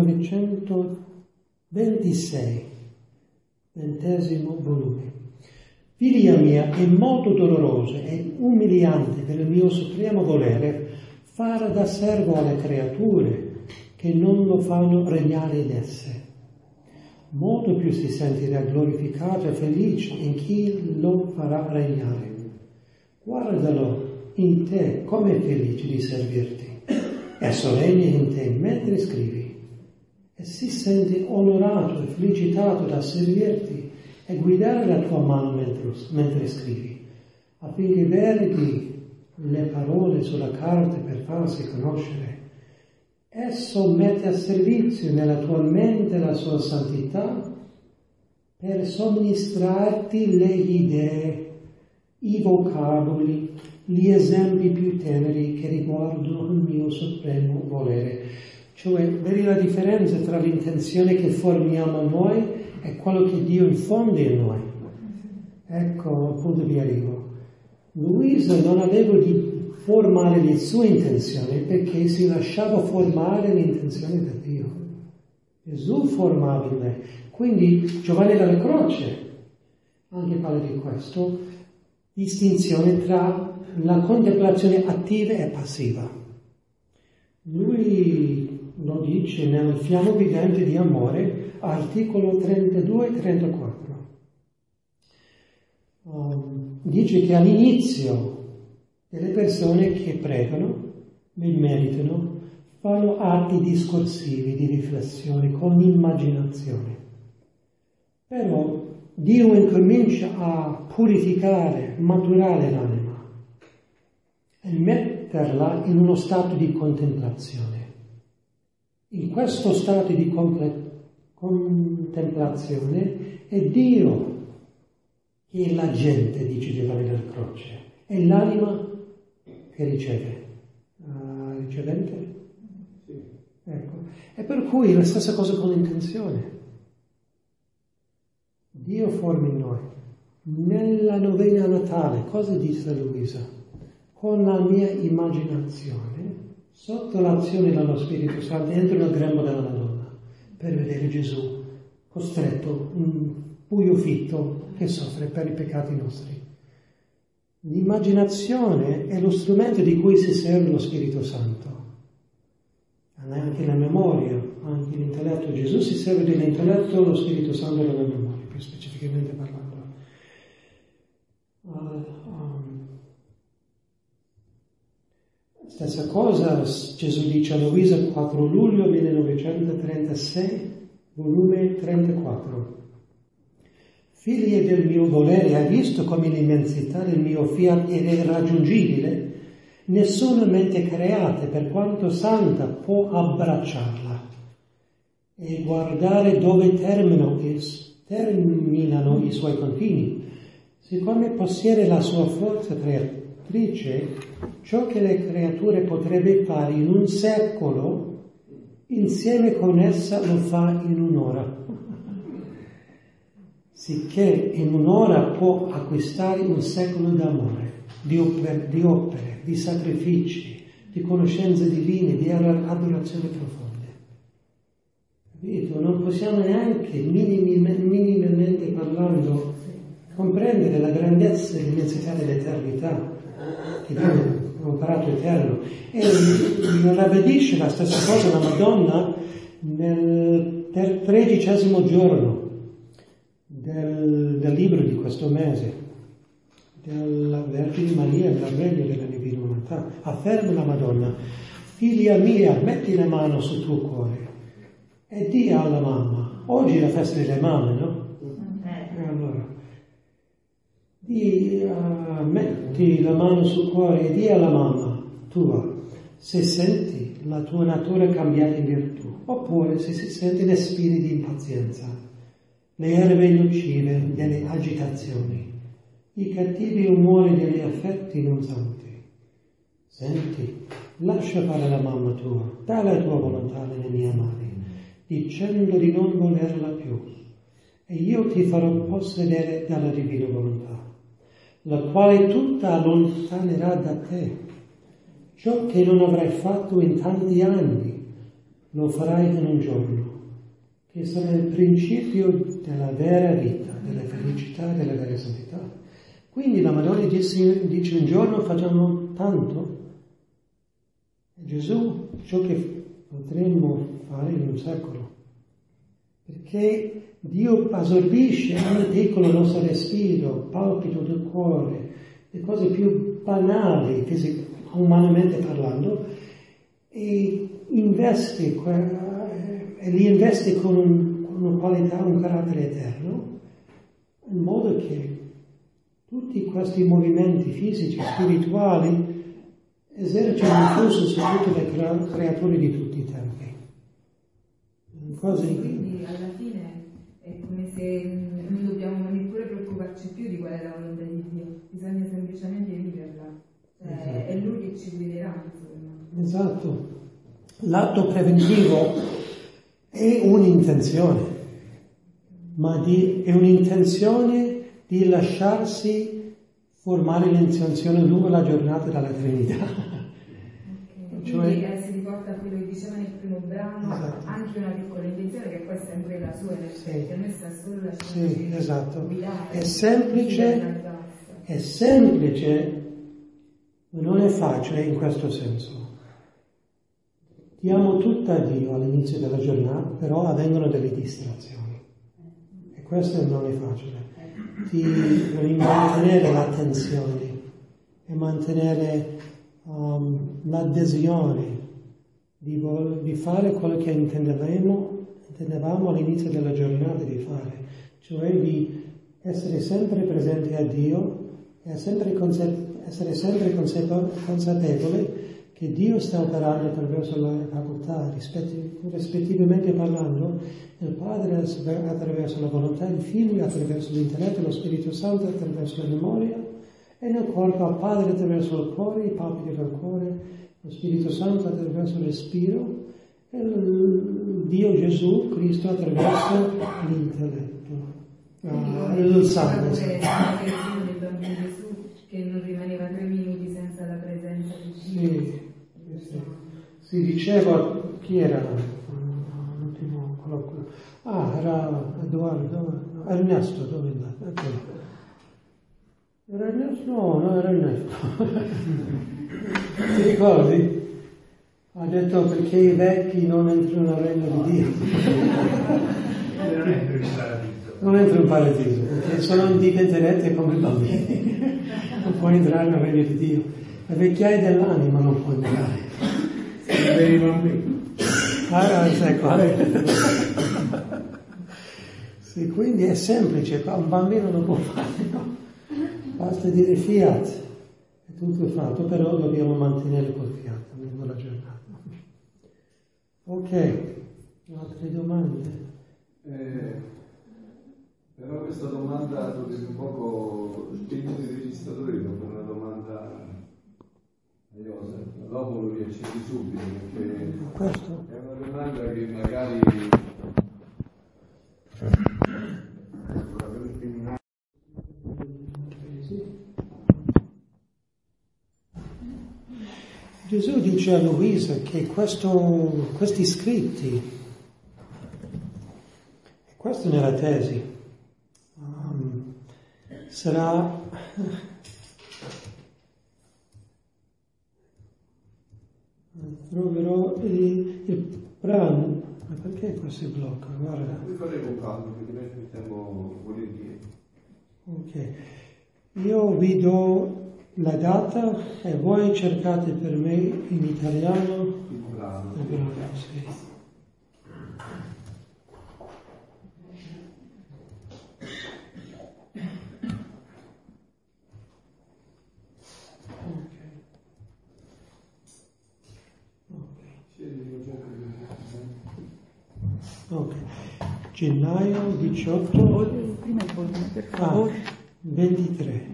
1926, 20° volume. Figlia mia, è molto doloroso e umiliante per il mio supremo volere fare da servo alle creature che non lo fanno regnare in esse. molto più si sentirà glorificato e felice in chi lo farà regnare. Guardalo in te come è felice di servirti. Esso regna in te mentre scrivi e si sente onorato e felicitato da servirti e guidare la tua mano mentre scrivi, affinché verghi le parole sulla carta per farsi conoscere. Esso mette a servizio nella tua mente la sua santità per somministrarti le idee, i vocaboli, gli esempi più teneri che riguardano il mio supremo volere. Cioè, vedi la differenza tra l'intenzione che formiamo noi e quello che Dio infonde in noi. Ecco il punto di arrivo. Luisa non aveva di formare le sue intenzioni perché si lasciava formare l'intenzione da Dio. Gesù formava in lei. Quindi Giovanni della Croce anche parla di questo, distinzione tra la contemplazione attiva e passiva. Lui lo dice nel fiamma vivente di amore, articolo 32 e 34. Dice che all'inizio delle persone che pregano, meditano, fanno atti discorsivi di riflessione con l'immaginazione. Però Dio incomincia a purificare, maturare l'anima e metterla in uno stato di contemplazione. In questo stato di contemplazione è Dio che è l'agente, dice Giovanni della Croce, è l'anima che riceve. Ricevente? Sì. Ecco. E per cui la stessa cosa con l'intenzione. Dio forma in noi. Nella novena natale, cosa dice Luisa? Con la mia immaginazione, sotto l'azione dello Spirito Santo, entro nel grembo della Madonna per vedere Gesù costretto, un buio fitto che soffre per i peccati nostri. L'immaginazione è lo strumento di cui si serve lo Spirito Santo. Anche la memoria, anche l'intelletto. Gesù si serve dell'intelletto, lo Spirito Santo della memoria, più specificamente parlando. Stessa cosa Gesù dice a Luisa 4 luglio 1936, volume 34. Figlie del mio volere, hai visto come l'immensità del mio fiat è irraggiungibile? Nessuna mente creata, per quanto santa, può abbracciarla e guardare dove terminano i suoi confini. Siccome possiede la sua forza creatrice, ciò che le creature potrebbe fare in un secolo, insieme con essa lo fa in un'ora. Sicché in un'ora può acquistare un secolo d'amore, di opere, di sacrifici, di conoscenze divine, di adorazione profonde. Capito? Non possiamo neanche, minimamente parlando, comprendere la grandezza e l'immensità dell'eternità, che Dio ha comparato eterno. E ribadisce la stessa cosa la Madonna nel 13° giorno del libro di questo mese, della Vergine Maria, il regno della Divina Volontà. Afferma la Madonna: figlia mia, metti la mano sul tuo cuore e di alla mamma. Oggi è la festa delle mamme, no? Allora, metti la mano sul cuore e di alla mamma tua se senti la tua natura cambiata in virtù, oppure se si sente le spine di impazienza, le erbe nocive delle agitazioni, i cattivi umori degli affetti non santi. Senti, lascia fare la mamma tua, dà la tua volontà nelle mie mani, dicendo di non volerla più, e io ti farò possedere dalla divina volontà, la quale tutta allontanerà da te. Ciò che non avrai fatto in tanti anni, lo farai in un giorno, che sarà il principio della vera vita, della felicità e della vera santità. Quindi la Madonna dice un giorno facciamo tanto. E Gesù ciò che potremmo fare in un secolo. Perché che Dio assorbisce ogni piccolo nostro respiro, palpito del cuore, le cose più banali, umanamente parlando, e investe e li investe con una qualità, un carattere eterno, in modo che tutti questi movimenti fisici, spirituali, esercitano un influsso su tutte le creature di tutti i tempi. Quindi alla fine è come se non dobbiamo neppure preoccuparci più di qual è la volontà di Dio, bisogna semplicemente viverla. Cioè, è Lui che ci guiderà, insomma. Esatto. L'atto preventivo è un'intenzione, ma è un'intenzione di lasciarsi formare l'intenzione lungo la giornata dalla Trinità. Quindi si riporta a quello che diceva nel primo brano, esatto. Anche una piccola intenzione che poi è sempre la sua, che a noi sta solo lasciando esatto. guidare. È semplice, ma non è facile in questo senso. Diamo tutto a Dio all'inizio della giornata, però avvengono delle distrazioni. E questo non è facile. Di mantenere l'attenzione e mantenere l'adesione di fare quello che intendevamo all'inizio della giornata di fare, cioè di essere sempre presenti a Dio e essere sempre consapevole che Dio sta operando attraverso la facoltà, rispettivamente parlando, il Padre attraverso la volontà, il Figlio attraverso l'intelletto, lo Spirito Santo attraverso la memoria, e nel corpo al Padre attraverso il cuore, i palpiti del cuore, lo Spirito Santo attraverso il respiro, e Dio Gesù Cristo attraverso l'intelletto. Il sangue. Del bambino Gesù che non rimaneva 3 minuti senza la presenza di Dio. Si diceva chi era l'ultimo colloquio? Era Edoardo, Ernesto, dove è andato? Okay. Era Ernesto? No, era Ernesto. Ti ricordi? Ha detto perché i vecchi non entrano nel regno di Dio. Non entrano in paradiso, perché se non diventerete come bambini. Non puoi entrare nel regno di Dio. La vecchiaia dell'anima non può entrare. Per i bambini. Sai quale? Sì, quindi è semplice, un bambino non può farlo. Basta dire fiat, è tutto fatto, però dobbiamo mantenere quel fiat lungo la giornata. Ok, altre domande? Però questa domanda dovete un poco spegnere il registratore dopo una domanda a Joseph, dopo lo riaccendi subito perché questo? È una domanda che magari Gesù dice a Luisa che questi scritti, e questo nella tesi, sarà troverò il brano, ma perché questo blocca? Guarda. Noi faremo caldo perché noi aspettiamo volentieri. Ok, io vi do la data e voi cercate per me in italiano il brano. Sì. Ok, gennaio 18, prima il volume, per favore. 23.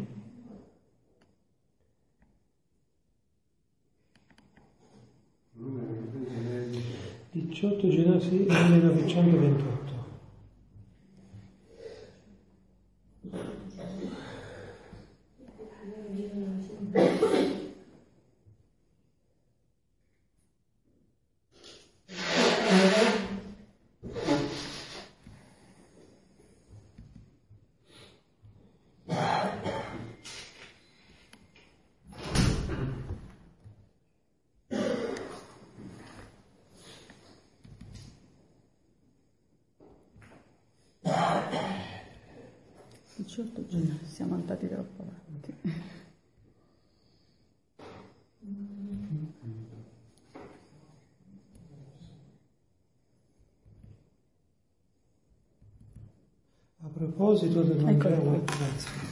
Numero 18 gennaio 1928. 18 gennaio, siamo andati troppo avanti. A proposito del Vangelo, grazie.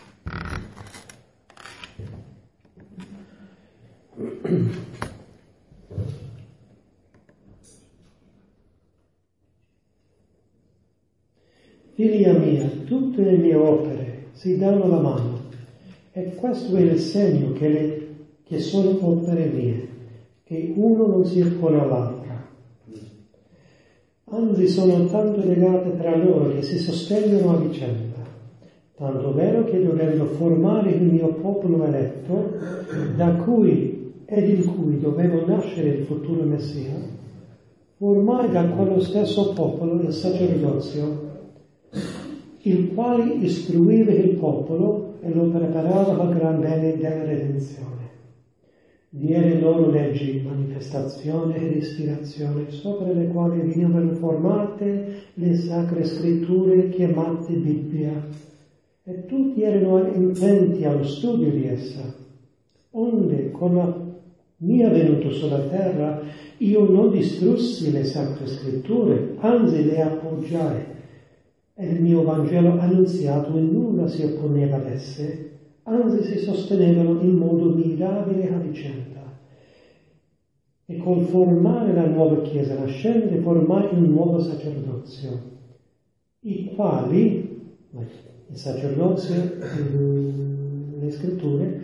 Figlia mia, tutte le mie opere si danno la mano, e questo è il segno che sono opere mie, che uno non si oppone all'altra. Anzi, sono tanto legate tra loro che si sostengono a vicenda, tanto vero che dovendo formare il mio popolo eletto, da cui ed in cui dovevo nascere il futuro Messia, formai da quello stesso popolo il sacerdozio, il quale istruiva il popolo e lo preparava al gran bene della redenzione. Diede loro leggi, manifestazione ed ispirazione, sopra le quali venivano formate le sacre scritture chiamate Bibbia, e tutti erano intenti allo studio di essa. Onde, con la mia venuta sulla terra, io non distrussi le sacre scritture, anzi le appoggiai, e il mio Vangelo annunziato in nulla si opponeva ad esse, anzi si sostenevano in modo mirabile a vicenda. E col formare la nuova Chiesa nascente formai un nuovo sacerdozio, i quali, il sacerdozio, le scritture,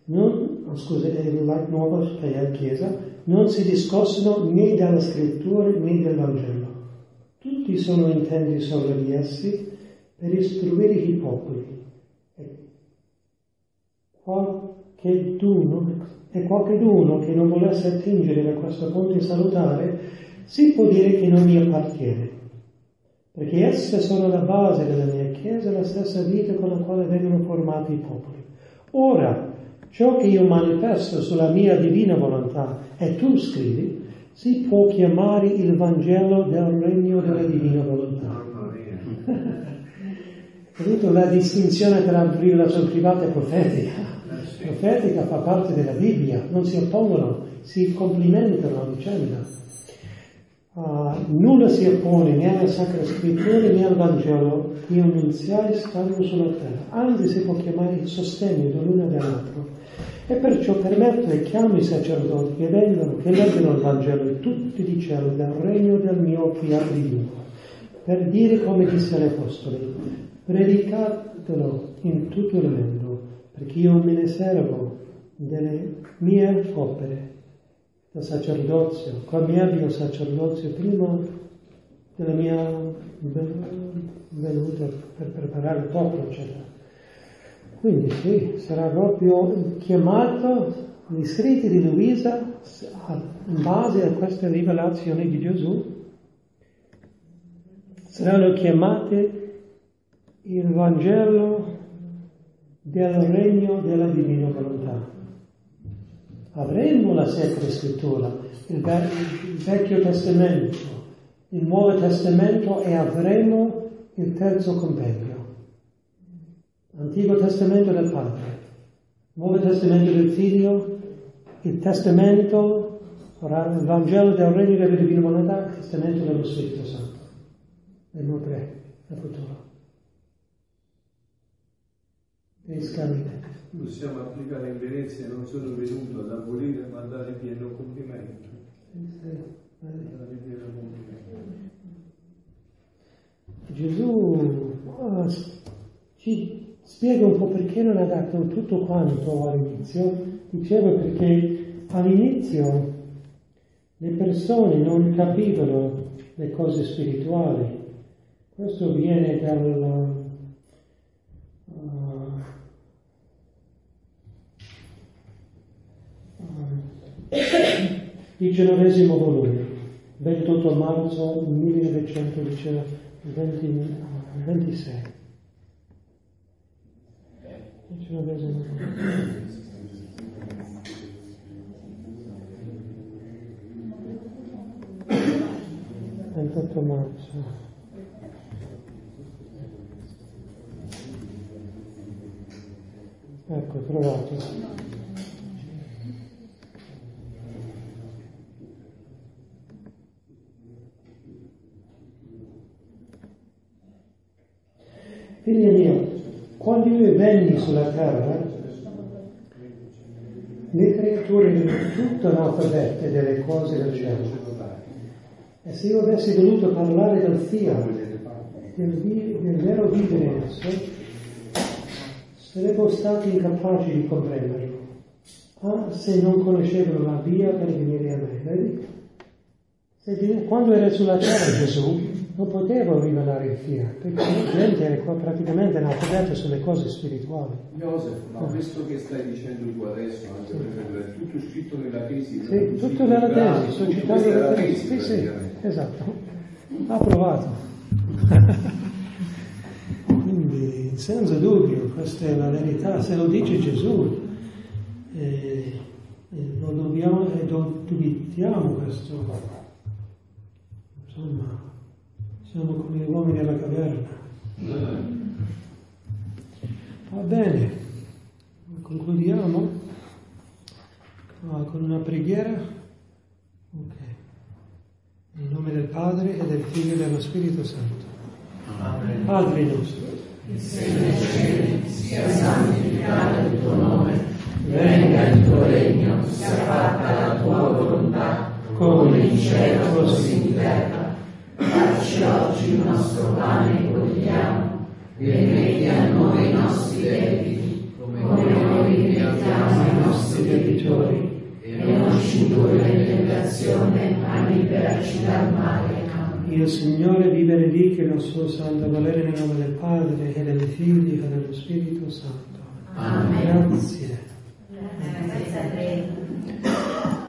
la nuova Chiesa, non si discostano né dalla scrittura né del Vangelo. Tutti sono intenti solo di essi per istruire i popoli. Qualcheduno che non volesse attingere da questa fonte salutare si può dire che non mi appartiene, perché esse sono la base della mia Chiesa e la stessa vita con la quale vengono formati i popoli. Ora, ciò che io manifesto sulla mia divina volontà e tu scrivi, si può chiamare il Vangelo del regno della divina volontà. Capito la distinzione tra rivelazione privata e profetica? Profetica fa parte della Bibbia, non si oppongono, si complementano a vicenda. Nulla si oppone né alla Sacra Scrittura né al Vangelo che io annunziai stando sulla terra, anzi si può chiamare il sostegno dell'uno e dell'altro. E perciò permetto e chiamo i sacerdoti che vengano, che leggano il Vangelo di tutti i cieli del regno del mio fiat divino, per dire come disse agli apostoli: predicatelo in tutto il mondo, perché io me ne servo delle mie opere, del sacerdozio, come abito sacerdozio prima della mia venuta per preparare il popolo, eccetera. Quindi sì, sarà proprio chiamato, gli scritti di Luisa, in base a queste rivelazioni di Gesù, saranno chiamate il Vangelo del regno della divina volontà. Avremo la Sacra Scrittura, il Vecchio Testamento, il Nuovo Testamento e avremo il terzo compendio. Antico Testamento del Padre, Nuovo Testamento del Figlio, il Testamento, il Vangelo del Regno della Divina Volontà, il Testamento dello Spirito Santo. Nel 3, nel futuro. Possiamo applicare in Venezia: non sono venuto ad abolire ma a dare pieno compimento. Gesù ci spiega un po' perché non ha dato tutto quanto all'inizio. Diceva perché all'inizio le persone non capivano le cose spirituali. Questo viene il 19° volume, 28 marzo 1926. Il 19° volume. 28 marzo. Ecco, trovato. Figli miei, quando io venni sulla terra, le creature erano tutte analfabete delle cose del cielo. E se io avessi voluto parlare del fiat, del vero vivere in esso, sarebbero stati incapaci di comprenderlo, se non conoscevano la via per venire a me. Vedi? Quando era sulla terra Gesù non poteva rivelare il fiat, perché la gente era qua praticamente analfabeta sulle cose spirituali. Joseph, ma questo che stai dicendo tu adesso, anche per è tutto scritto nella tesi? Sì, tutto nella tesi, sono citati nella tesi. Sì, esatto. Ha provato. Quindi, senza dubbio, questa è la verità. Se lo dice Gesù, non dubitiamo questo. Insomma, siamo come gli uomini della caverna. Va bene, concludiamo con una preghiera. Ok. In nome del Padre e del Figlio e dello Spirito Santo. Amen. Padre nostro, che sei nei cieli, sia santificato il tuo nome, venga il tuo regno, sia fatta la tua volontà, come in cielo così in terra. Dacci oggi il nostro pane quotidiano e rimetti a noi i nostri debiti, come noi rimettiamo ai nostri debitori, e non ci indurre in tentazione, ma liberaci dal male. Il Signore vi benedica il nostro santo volere nel nome del Padre e del Figlio e dello Spirito Santo. Amen. Grazie. Grazie a te.